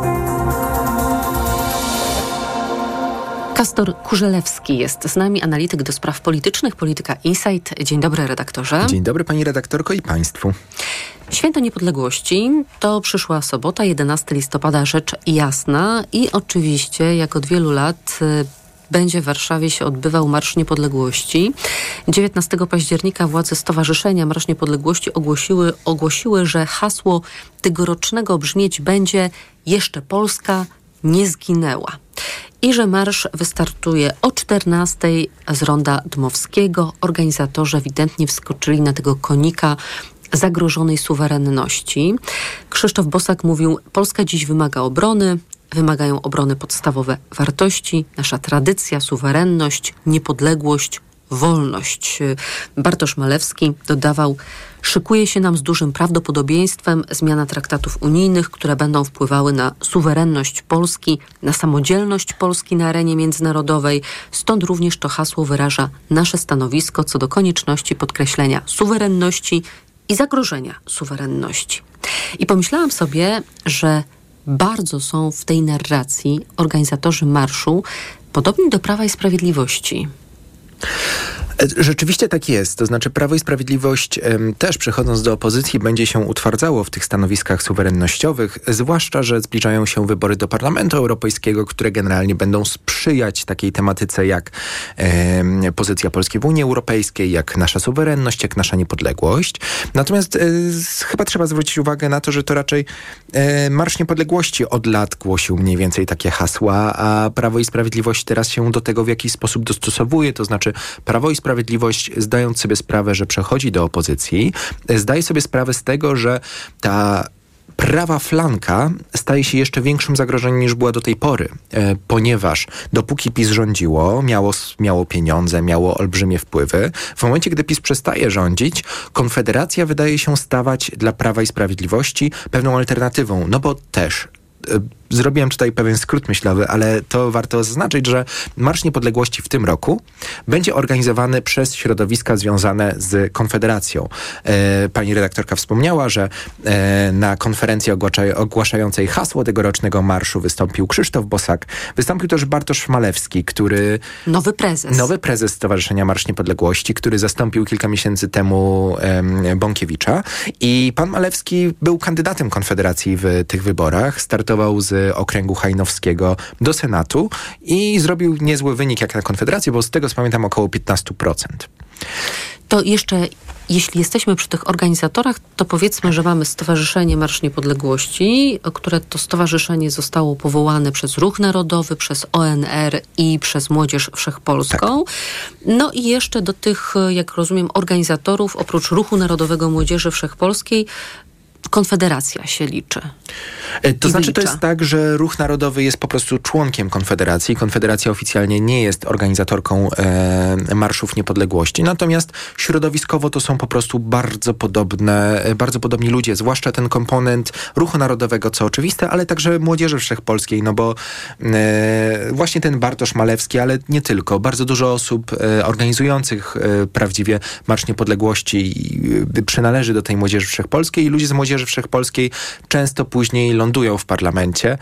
Speaker 4: Kastor Kurzelewski jest z nami, analityk do spraw politycznych, Polityka Insight. Dzień dobry, redaktorze.
Speaker 29: Dzień dobry, pani redaktorko i państwu.
Speaker 4: Święto Niepodległości to przyszła sobota, jedenastego listopada, rzecz jasna i oczywiście, jak od wielu lat, będzie w Warszawie się odbywał Marsz Niepodległości. dziewiętnastego października władze Stowarzyszenia Marsz Niepodległości ogłosiły, ogłosiły, że hasło tegorocznego brzmieć będzie „Jeszcze Polska nie zginęła”. I że marsz wystartuje o czternastej z ronda Dmowskiego. Organizatorzy ewidentnie wskoczyli na tego konika zagrożonej suwerenności. Krzysztof Bosak mówił: Polska dziś wymaga obrony, wymagają obrony podstawowe wartości, nasza tradycja, suwerenność, niepodległość, wolność. Bartosz Malewski dodawał: szykuje się nam z dużym prawdopodobieństwem zmiana traktatów unijnych, które będą wpływały na suwerenność Polski, na samodzielność Polski na arenie międzynarodowej. Stąd również to hasło wyraża nasze stanowisko co do konieczności podkreślenia suwerenności i zagrożenia suwerenności. I pomyślałam sobie, że bardzo są w tej narracji organizatorzy marszu podobni do Prawa i Sprawiedliwości.
Speaker 29: Rzeczywiście tak jest. To znaczy Prawo i Sprawiedliwość em, też przechodząc do opozycji będzie się utwardzało w tych stanowiskach suwerennościowych, zwłaszcza, że zbliżają się wybory do Parlamentu Europejskiego, które generalnie będą sprzyjać takiej tematyce jak em, pozycja Polski w Unii Europejskiej, jak nasza suwerenność, jak nasza niepodległość. Natomiast e, z, chyba trzeba zwrócić uwagę na to, że to raczej e, Marsz Niepodległości od lat głosił mniej więcej takie hasła, a Prawo i Sprawiedliwość teraz się do tego w jakiś sposób dostosowuje, to znaczy Prawo i Sprawiedliwość, zdając sobie sprawę, że przechodzi do opozycji, zdaje sobie sprawę z tego, że ta prawa flanka staje się jeszcze większym zagrożeniem niż była do tej pory, e, ponieważ dopóki PiS rządziło, miało, miało pieniądze, miało olbrzymie wpływy. W momencie, gdy PiS przestaje rządzić, Konfederacja wydaje się stawać dla Prawa i Sprawiedliwości pewną alternatywą, no bo też e, zrobiłem tutaj pewien skrót myślowy, ale to warto zaznaczyć, że Marsz Niepodległości w tym roku będzie organizowany przez środowiska związane z Konfederacją. E, pani redaktorka wspomniała, że e, na konferencji ogłasza, ogłaszającej hasło tegorocznego marszu wystąpił Krzysztof Bosak. Wystąpił też Bartosz Malewski, który...
Speaker 4: Nowy prezes.
Speaker 29: Nowy prezes Stowarzyszenia Marsz Niepodległości, który zastąpił kilka miesięcy temu e, Bąkiewicza. I pan Malewski był kandydatem Konfederacji w tych wyborach. Startował z okręgu hajnowskiego do Senatu i zrobił niezły wynik jak na Konfederację, bo z tego co pamiętam około piętnaście procent.
Speaker 4: To jeszcze, jeśli jesteśmy przy tych organizatorach, to powiedzmy, że mamy Stowarzyszenie Marsz Niepodległości, które to stowarzyszenie zostało powołane przez Ruch Narodowy, przez O N R i przez Młodzież Wszechpolską. Tak. No i jeszcze do tych, jak rozumiem, organizatorów, oprócz Ruchu Narodowego Młodzieży Wszechpolskiej, Konfederacja się liczy.
Speaker 29: To znaczy, to jest tak, że Ruch Narodowy jest po prostu członkiem Konfederacji. Konfederacja oficjalnie nie jest organizatorką e, Marszów Niepodległości. Natomiast środowiskowo to są po prostu bardzo podobne, bardzo podobni ludzie, zwłaszcza ten komponent Ruchu Narodowego, co oczywiste, ale także Młodzieży Wszechpolskiej, no bo e, właśnie ten Bartosz Malewski, ale nie tylko. Bardzo dużo osób e, organizujących e, prawdziwie Marsz Niepodległości e, przynależy do tej Młodzieży Wszechpolskiej i ludzie z Młodzieży Wszechpolskiej często później lądują w parlamencie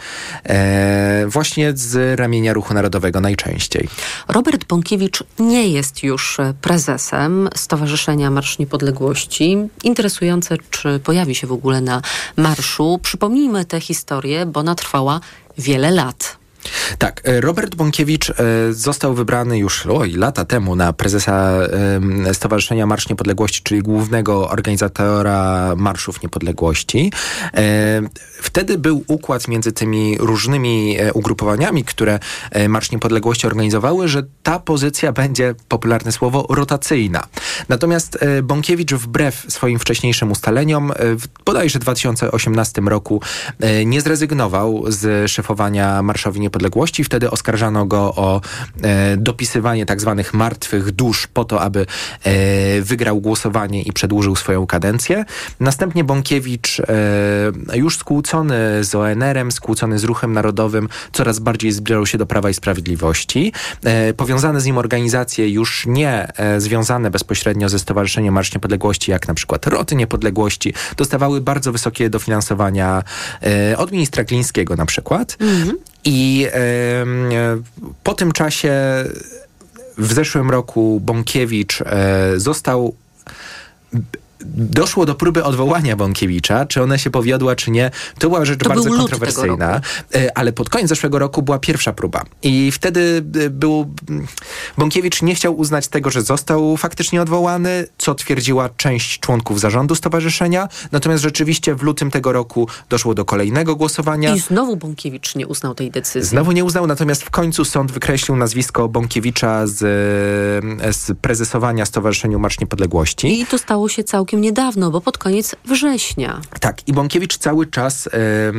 Speaker 29: e, właśnie z ramienia Ruchu Narodowego najczęściej.
Speaker 4: Robert Bąkiewicz nie jest już prezesem Stowarzyszenia Marsz Niepodległości. Interesujące, czy pojawi się w ogóle na marszu. Przypomnijmy tę historię, bo ona trwała wiele lat.
Speaker 29: Tak, Robert Bąkiewicz e, został wybrany już oj, lata temu na prezesa e, Stowarzyszenia Marsz Niepodległości, czyli głównego organizatora Marszów Niepodległości. E, wtedy był układ między tymi różnymi e, ugrupowaniami, które e, Marsz Niepodległości organizowały, że ta pozycja będzie, popularne słowo, rotacyjna. Natomiast e, Bąkiewicz wbrew swoim wcześniejszym ustaleniom, e, w bodajże dwa tysiące osiemnastym roku e, nie zrezygnował z szefowania Marszowi Niepodległości. Wtedy oskarżano go o e, dopisywanie tak zwanych martwych dusz po to, aby e, wygrał głosowanie i przedłużył swoją kadencję. Następnie Bąkiewicz e, już skłócony z O N R em, skłócony z Ruchem Narodowym, coraz bardziej zbliżał się do Prawa i Sprawiedliwości. E, powiązane z nim organizacje już nie e, związane bezpośrednio ze Stowarzyszeniem Marsz Niepodległości, jak na przykład Roty Niepodległości, dostawały bardzo wysokie dofinansowania e, od ministra Glińskiego na przykład. Mm-hmm. I e, po tym czasie w zeszłym roku Bąkiewicz e, został... Doszło do próby odwołania Bąkiewicza. Czy ona się powiodła, czy nie, to była rzecz to bardzo kontrowersyjna. Ale pod koniec zeszłego roku była pierwsza próba. I wtedy był... Bąkiewicz nie chciał uznać tego, że został faktycznie odwołany, co twierdziła część członków zarządu stowarzyszenia. Natomiast rzeczywiście w lutym tego roku doszło do kolejnego głosowania.
Speaker 4: I znowu Bąkiewicz nie uznał tej decyzji.
Speaker 29: Znowu nie uznał, natomiast w końcu sąd wykreślił nazwisko Bąkiewicza z, z prezesowania Stowarzyszeniu Marsz Niepodległości.
Speaker 4: I to stało się całkiem niedawno, bo pod koniec września.
Speaker 29: Tak, i Bąkiewicz cały czas y,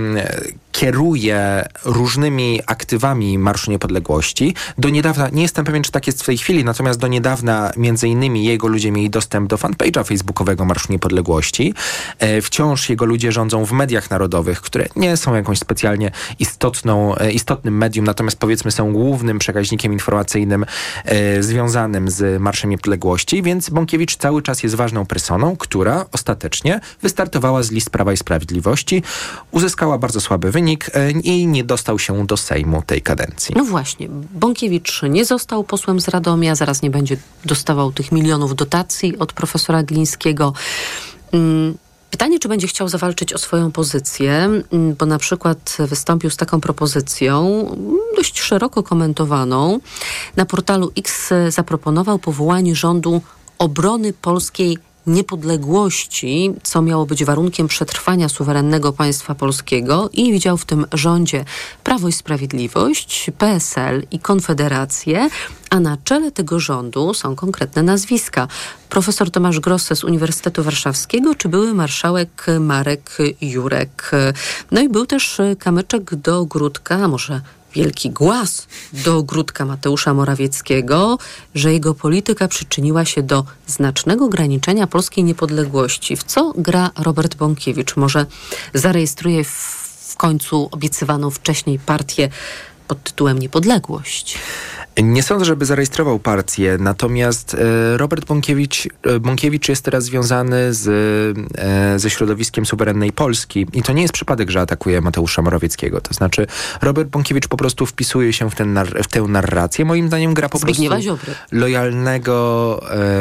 Speaker 29: kieruje różnymi aktywami Marszu Niepodległości. Do niedawna, nie jestem pewien, czy tak jest w tej chwili, natomiast do niedawna między innymi jego ludzie mieli dostęp do fanpage'a facebookowego Marszu Niepodległości. E, wciąż jego ludzie rządzą w mediach narodowych, które nie są jakąś specjalnie istotną, e, istotnym medium, natomiast powiedzmy są głównym przekaźnikiem informacyjnym e, związanym z Marszem Niepodległości, więc Bąkiewicz cały czas jest ważną personą, która ostatecznie wystartowała z list Prawa i Sprawiedliwości, uzyskała bardzo słaby wynik, wynik i nie dostał się do Sejmu tej kadencji.
Speaker 4: No właśnie, Bąkiewicz nie został posłem z Radomia, zaraz nie będzie dostawał tych milionów dotacji od profesora Glińskiego. Pytanie, czy będzie chciał zawalczyć o swoją pozycję, bo na przykład wystąpił z taką propozycją, dość szeroko komentowaną. Na portalu X zaproponował powołanie rządu obrony polskiej niepodległości, co miało być warunkiem przetrwania suwerennego państwa polskiego, i widział w tym rządzie Prawo i Sprawiedliwość, P S L i Konfederację, a na czele tego rządu są konkretne nazwiska. Profesor Tomasz Grosse z Uniwersytetu Warszawskiego, czy były marszałek Marek Jurek. No i był też kamyczek do ogródka, a może wielki głaz do ogródka Mateusza Morawieckiego, że jego polityka przyczyniła się do znacznego ograniczenia polskiej niepodległości. W co gra Robert Bąkiewicz? Może zarejestruje w, w końcu obiecywaną wcześniej partię pod tytułem Niepodległość?
Speaker 29: Nie sądzę, żeby zarejestrował partię, natomiast e, Robert Bąkiewicz, e, Bąkiewicz jest teraz związany z, e, ze środowiskiem suwerennej Polski i to nie jest przypadek, że atakuje Mateusza Morawieckiego. To znaczy Robert Bąkiewicz po prostu wpisuje się w, ten nar- w tę narrację. Moim zdaniem gra po
Speaker 4: Zbigniewa
Speaker 29: prostu
Speaker 4: Ziobry.
Speaker 29: lojalnego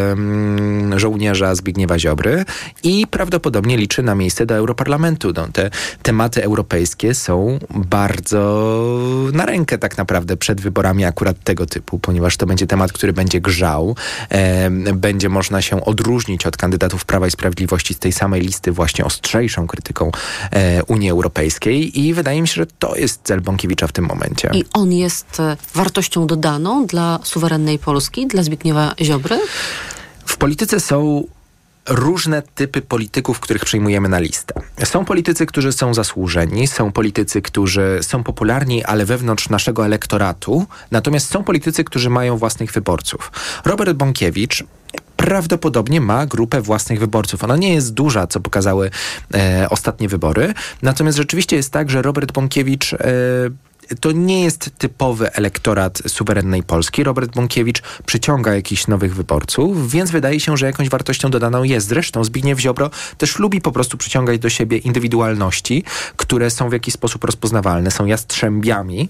Speaker 29: e, żołnierza Zbigniewa Ziobry i prawdopodobnie liczy na miejsce do Europarlamentu. No, te tematy europejskie są bardzo na rękę tak naprawdę przed wyborami akurat tego typu, ponieważ to będzie temat, który będzie grzał. E, będzie można się odróżnić od kandydatów Prawa i Sprawiedliwości z tej samej listy właśnie ostrzejszą krytyką e, Unii Europejskiej i wydaje mi się, że to jest cel Bąkiewicza w tym momencie.
Speaker 4: I on jest wartością dodaną dla suwerennej Polski, dla Zbigniewa Ziobry?
Speaker 29: W polityce są różne typy polityków, których przyjmujemy na listę. Są politycy, którzy są zasłużeni, są politycy, którzy są popularni, ale wewnątrz naszego elektoratu, natomiast są politycy, którzy mają własnych wyborców. Robert Bąkiewicz prawdopodobnie ma grupę własnych wyborców. Ona nie jest duża, co pokazały e, ostatnie wybory, natomiast rzeczywiście jest tak, że Robert Bąkiewicz e, to nie jest typowy elektorat suwerennej Polski. Robert Bąkiewicz przyciąga jakichś nowych wyborców, więc wydaje się, że jakąś wartością dodaną jest. Zresztą Zbigniew Ziobro też lubi po prostu przyciągać do siebie indywidualności, które są w jakiś sposób rozpoznawalne, są jastrzębiami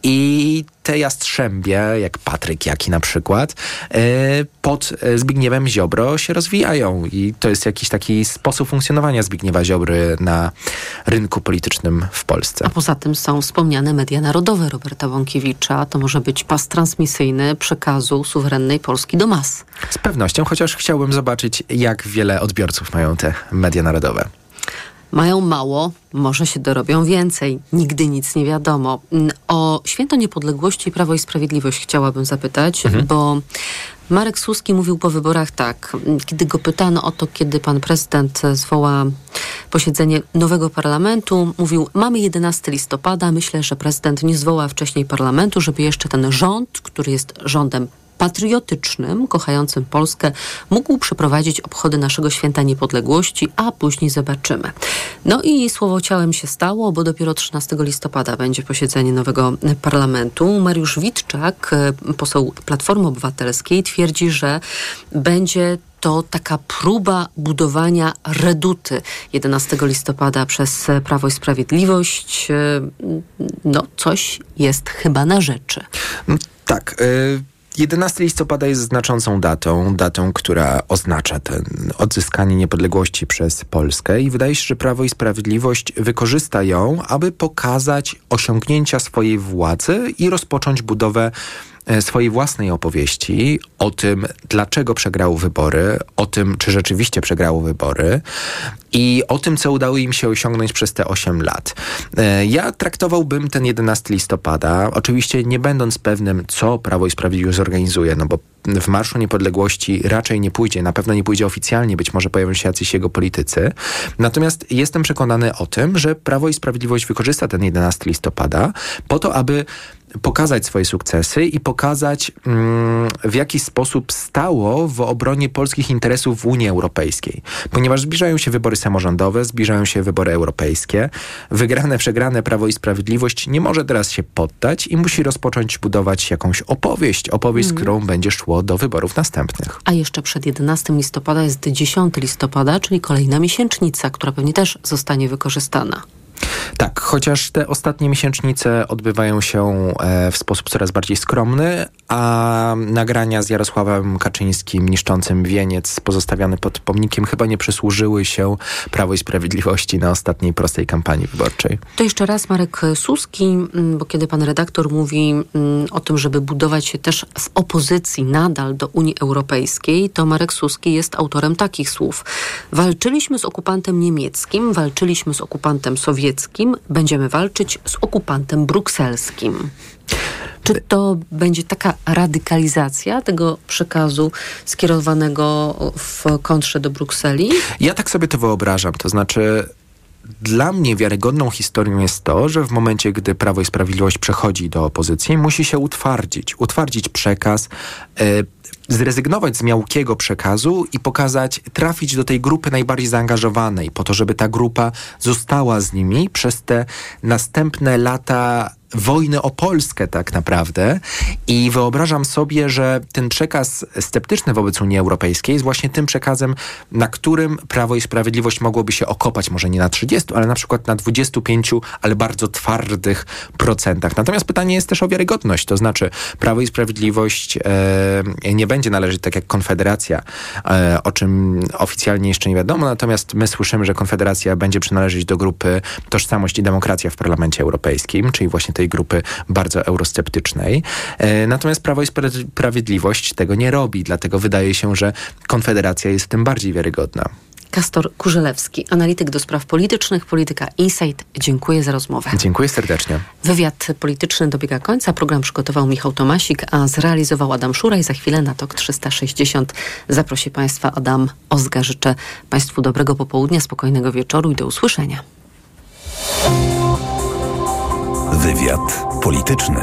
Speaker 29: i te jastrzębie, jak Patryk Jaki na przykład, pod Zbigniewem Ziobro się rozwijają i to jest jakiś taki sposób funkcjonowania Zbigniewa Ziobry na rynku politycznym w Polsce.
Speaker 4: A poza tym są wspomniane media narodowe Roberta Bąkiewicza. To może być pas transmisyjny przekazu suwerennej Polski do mas.
Speaker 29: Z pewnością, chociaż chciałbym zobaczyć, jak wiele odbiorców mają te media narodowe.
Speaker 4: Mają mało, może się dorobią więcej. Nigdy nic nie wiadomo. O Święto Niepodległości i Prawo i Sprawiedliwość chciałabym zapytać, mhm. bo Marek Suski mówił po wyborach tak, kiedy go pytano o to, kiedy pan prezydent zwoła posiedzenie nowego parlamentu, mówił, mamy jedenastego listopada, myślę, że prezydent nie zwoła wcześniej parlamentu, żeby jeszcze ten rząd, który jest rządem patriotycznym, kochającym Polskę, mógł przeprowadzić obchody naszego Święta Niepodległości, a później zobaczymy. No i słowo ciałem się stało, bo dopiero trzynastego listopada będzie posiedzenie nowego parlamentu. Mariusz Witczak, poseł Platformy Obywatelskiej, twierdzi, że będzie to taka próba budowania reduty jedenastego listopada przez Prawo i Sprawiedliwość. No, coś jest chyba na rzeczy.
Speaker 29: No, tak, y- jedenastego listopada jest znaczącą datą, datą, która oznacza ten odzyskanie niepodległości przez Polskę i wydaje się, że Prawo i Sprawiedliwość wykorzysta ją, aby pokazać osiągnięcia swojej władzy i rozpocząć budowę swojej własnej opowieści o tym, dlaczego przegrało wybory, o tym, czy rzeczywiście przegrało wybory i o tym, co udało im się osiągnąć przez te osiem lat. Ja traktowałbym ten jedenastego listopada, oczywiście nie będąc pewnym, co Prawo i Sprawiedliwość zorganizuje, no bo w Marszu Niepodległości raczej nie pójdzie, na pewno nie pójdzie oficjalnie, być może pojawią się jacyś jego politycy. Natomiast jestem przekonany o tym, że Prawo i Sprawiedliwość wykorzysta ten jedenastego listopada po to, aby pokazać swoje sukcesy i pokazać, mm, w jaki sposób stało w obronie polskich interesów w Unii Europejskiej. Ponieważ zbliżają się wybory samorządowe, zbliżają się wybory europejskie. Wygrane, przegrane Prawo i Sprawiedliwość nie może teraz się poddać i musi rozpocząć budować jakąś opowieść, opowieść, mm. z którą będzie szło do wyborów następnych.
Speaker 4: A jeszcze przed jedenastego listopada jest dziesiątego listopada, czyli kolejna miesięcznica, która pewnie też zostanie wykorzystana.
Speaker 29: Tak, chociaż te ostatnie miesięcznice odbywają się e, w sposób coraz bardziej skromny, a nagrania z Jarosławem Kaczyńskim niszczącym wieniec pozostawiony pod pomnikiem chyba nie przysłużyły się Prawo i Sprawiedliwości na ostatniej prostej kampanii wyborczej.
Speaker 4: To jeszcze raz Marek Suski, bo kiedy pan redaktor mówi o tym, żeby budować się też w opozycji nadal do Unii Europejskiej, to Marek Suski jest autorem takich słów. Walczyliśmy z okupantem niemieckim, walczyliśmy z okupantem sowieckim, będziemy walczyć z okupantem brukselskim. Czy to będzie taka radykalizacja tego przekazu skierowanego w kontrze do Brukseli?
Speaker 29: Ja tak sobie to wyobrażam. To znaczy, dla mnie wiarygodną historią jest to, że w momencie, gdy Prawo i Sprawiedliwość przechodzi do opozycji, musi się utwardzić. Utwardzić przekaz, yy, zrezygnować z miałkiego przekazu i pokazać, trafić do tej grupy najbardziej zaangażowanej, po to, żeby ta grupa została z nimi przez te następne lata wojny o Polskę tak naprawdę. I wyobrażam sobie, że ten przekaz sceptyczny wobec Unii Europejskiej jest właśnie tym przekazem, na którym Prawo i Sprawiedliwość mogłoby się okopać, może nie na trzydziestu, ale na przykład na dwudziestu pięciu, ale bardzo twardych procentach. Natomiast pytanie jest też o wiarygodność, to znaczy Prawo i Sprawiedliwość e, nie będzie należeć tak jak Konfederacja, e, o czym oficjalnie jeszcze nie wiadomo, natomiast my słyszymy, że Konfederacja będzie przynależeć do grupy Tożsamość i Demokracja w Parlamencie Europejskim, czyli właśnie tej grupy bardzo eurosceptycznej. E, natomiast Prawo i Sprawiedliwość tego nie robi, dlatego wydaje się, że Konfederacja jest tym bardziej wiarygodna.
Speaker 4: Kastor Kurzelewski, analityk do spraw politycznych, Polityka Insight. Dziękuję za rozmowę.
Speaker 29: Dziękuję serdecznie.
Speaker 4: Wywiad polityczny dobiega końca. Program przygotował Michał Tomasik, a zrealizował Adam Szuraj. Za chwilę na Tok trzysta sześćdziesiąt zaprosi Państwa Adam Ozga. Życzę Państwu dobrego popołudnia, spokojnego wieczoru i do usłyszenia.
Speaker 14: Wywiad polityczny.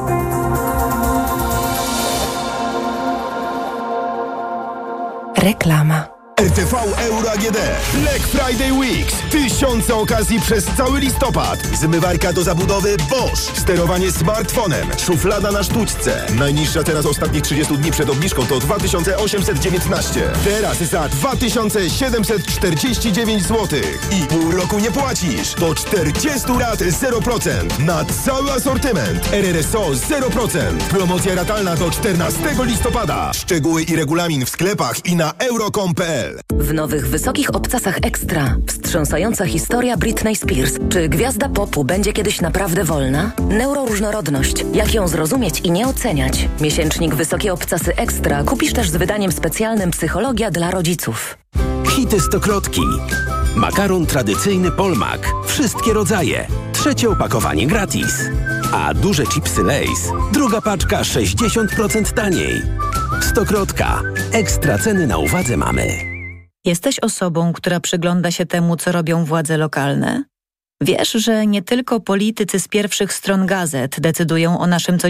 Speaker 3: Reklama.
Speaker 5: R T V Euro A G D. Black Friday Weeks. Tysiące okazji przez cały listopad. Zmywarka do zabudowy Bosch. Sterowanie smartfonem. Szuflada na sztućce. Najniższa teraz ostatnich trzydziestu dni przed obniżką to dwa tysiące osiemset dziewiętnaście. Teraz za dwa tysiące siedemset czterdzieści dziewięć złotych. I pół roku nie płacisz. Do czterdziestu lat zero procent. Na cały asortyment. R R S O zero procent. Promocja ratalna do czternastego listopada. Szczegóły i regulamin w sklepach i na euro kropka com kropka p l.
Speaker 3: W nowych wysokich obcasach Extra wstrząsająca historia Britney Spears. Czy gwiazda popu będzie kiedyś naprawdę wolna? Neuroróżnorodność. Jak ją zrozumieć i nie oceniać? Miesięcznik Wysokie Obcasy Extra kupisz też z wydaniem specjalnym Psychologia dla rodziców.
Speaker 9: Hity stokrotki. Makaron tradycyjny Polmak. Wszystkie rodzaje. Trzecie opakowanie gratis. A duże chipsy Lay's. Druga paczka sześćdziesiąt procent taniej. Stokrotka. Ekstra ceny na uwadze mamy.
Speaker 6: Jesteś osobą, która przygląda się temu, co robią władze lokalne? Wiesz, że nie tylko politycy z pierwszych stron gazet decydują o naszym codziennym